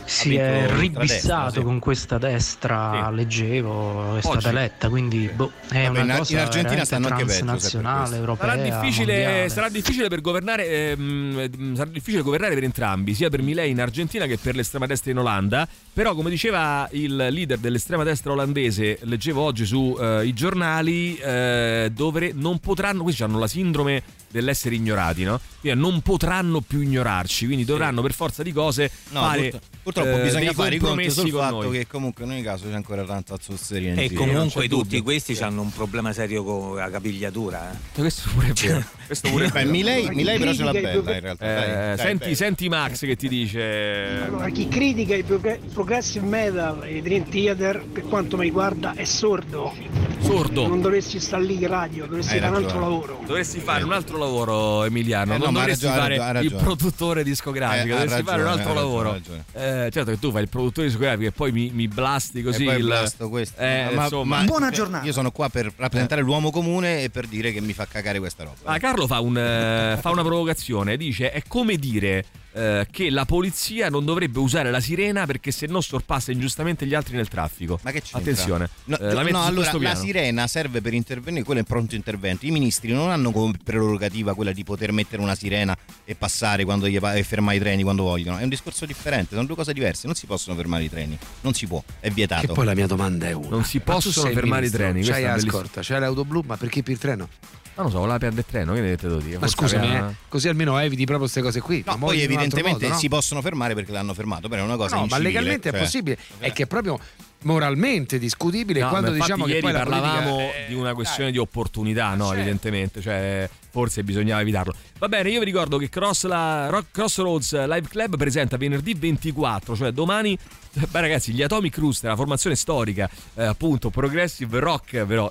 si è ribissato con questa destra, leggevo, è stata eletta, quindi è una cosa in Argentina stanno anche transnazionale, europea. Sarà difficile per governare, sarà difficile governare per entrambi, sia per Milei in Argentina che per l'estrema destra in Olanda. Però, come diceva il leader dell'estrema destra olandese, leggevo oggi su i giornali, dove non potranno, questi hanno la sindrome dell'essere ignorati, no? Quindi non potranno più ignorarci, quindi dovranno per forza di cose fare purtroppo bisogna fare i conti sul fatto noi. che comunque in ogni caso c'è ancora tanta zozzeria in e giro. comunque tutti questi hanno un problema serio con la capigliatura. Questo pure è vero. Questo pure è vero. Milei però ce l'ha bella in realtà. Senti Max che ti dice. Allora, chi critica i progressive metal e i Dream Theater, per quanto mi riguarda, è sordo. Non dovresti stare lì in radio, dovresti fare un altro lavoro. Dovresti fare un altro lavoro, Emiliano. Non dovresti fare il produttore discografico, dovresti fare un altro lavoro. Certo che tu fai il produttore discografico e poi mi blasti così. E poi blasto questo. Ma buona giornata. Io sono qua per rappresentare l'uomo comune e per dire che mi fa cagare questa roba. Carlo fa una provocazione, dice: è come dire che la polizia non dovrebbe usare la sirena perché se no sorpassa ingiustamente gli altri nel traffico. Ma che c'entra? Attenzione. Allora la sirena serve per intervenire, quello è pronto intervento. I ministri non hanno come prerogativa quella di poter mettere una sirena e passare quando e fermare i treni quando vogliono. È un discorso differente, sono due cose diverse. Non si possono fermare i treni, non si può, è vietato. Che poi la mia domanda è una: non si possono fermare i treni. C'hai la scorta, c'hai l'auto blu, ma perché per il treno? Non lo so, la perde il treno, che ne devo dire? Ma scusami, così almeno eviti proprio queste cose qui. No, poi evidentemente modo, no? Si possono fermare perché l'hanno fermato, però è una cosa incivile. Ma legalmente è possibile, è che è proprio moralmente discutibile. Quando diciamo che poi parlavamo di una questione di opportunità, no, evidentemente, cioè forse bisognava evitarlo. Va bene, io vi ricordo che Crossroads Live Club presenta venerdì 24, cioè domani. Beh ragazzi, gli Atomic Rooster, la formazione storica appunto progressive rock però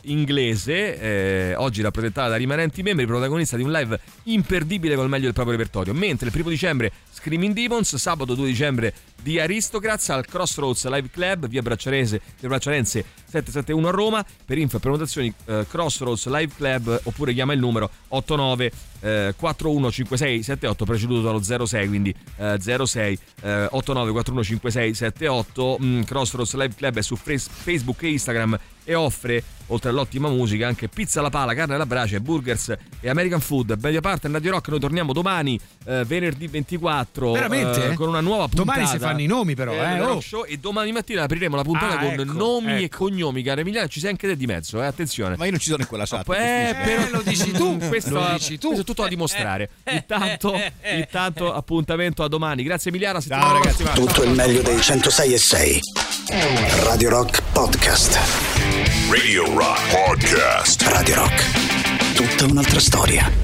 inglese, oggi rappresentata da rimanenti membri, protagonista di un live imperdibile col meglio del proprio repertorio. Mentre il 1° dicembre Screaming Demons, sabato 2 dicembre di Aristocrats al Crossroads Live Club, via Bracciarense 771 a Roma. Per info e prenotazioni Crossroads Live Club, oppure chiama il numero 89 415678 preceduto dallo 06, quindi 06 89 415678. Crossroads Live Club è su Facebook e Instagram e offre, oltre all'ottima musica, anche pizza alla pala, carne alla brace, burgers e American food. Media Partner Radio Rock. Noi torniamo domani, venerdì 24, veramente? Con una nuova puntata. Domani si fanno i nomi però, show, e domani mattina apriremo la puntata con nomi e cognomi. Caro Emiliano, ci sei anche te di mezzo, attenzione. Ma io non ci sono in quella chat. Però lo dici tu. Questo è tutto da dimostrare. Intanto appuntamento a domani. Grazie Emiliano, ciao ragazzi. Tutto il meglio dei 106.6 Radio Rock Podcast. Radio Rock Podcast. Radio Rock, tutta un'altra storia.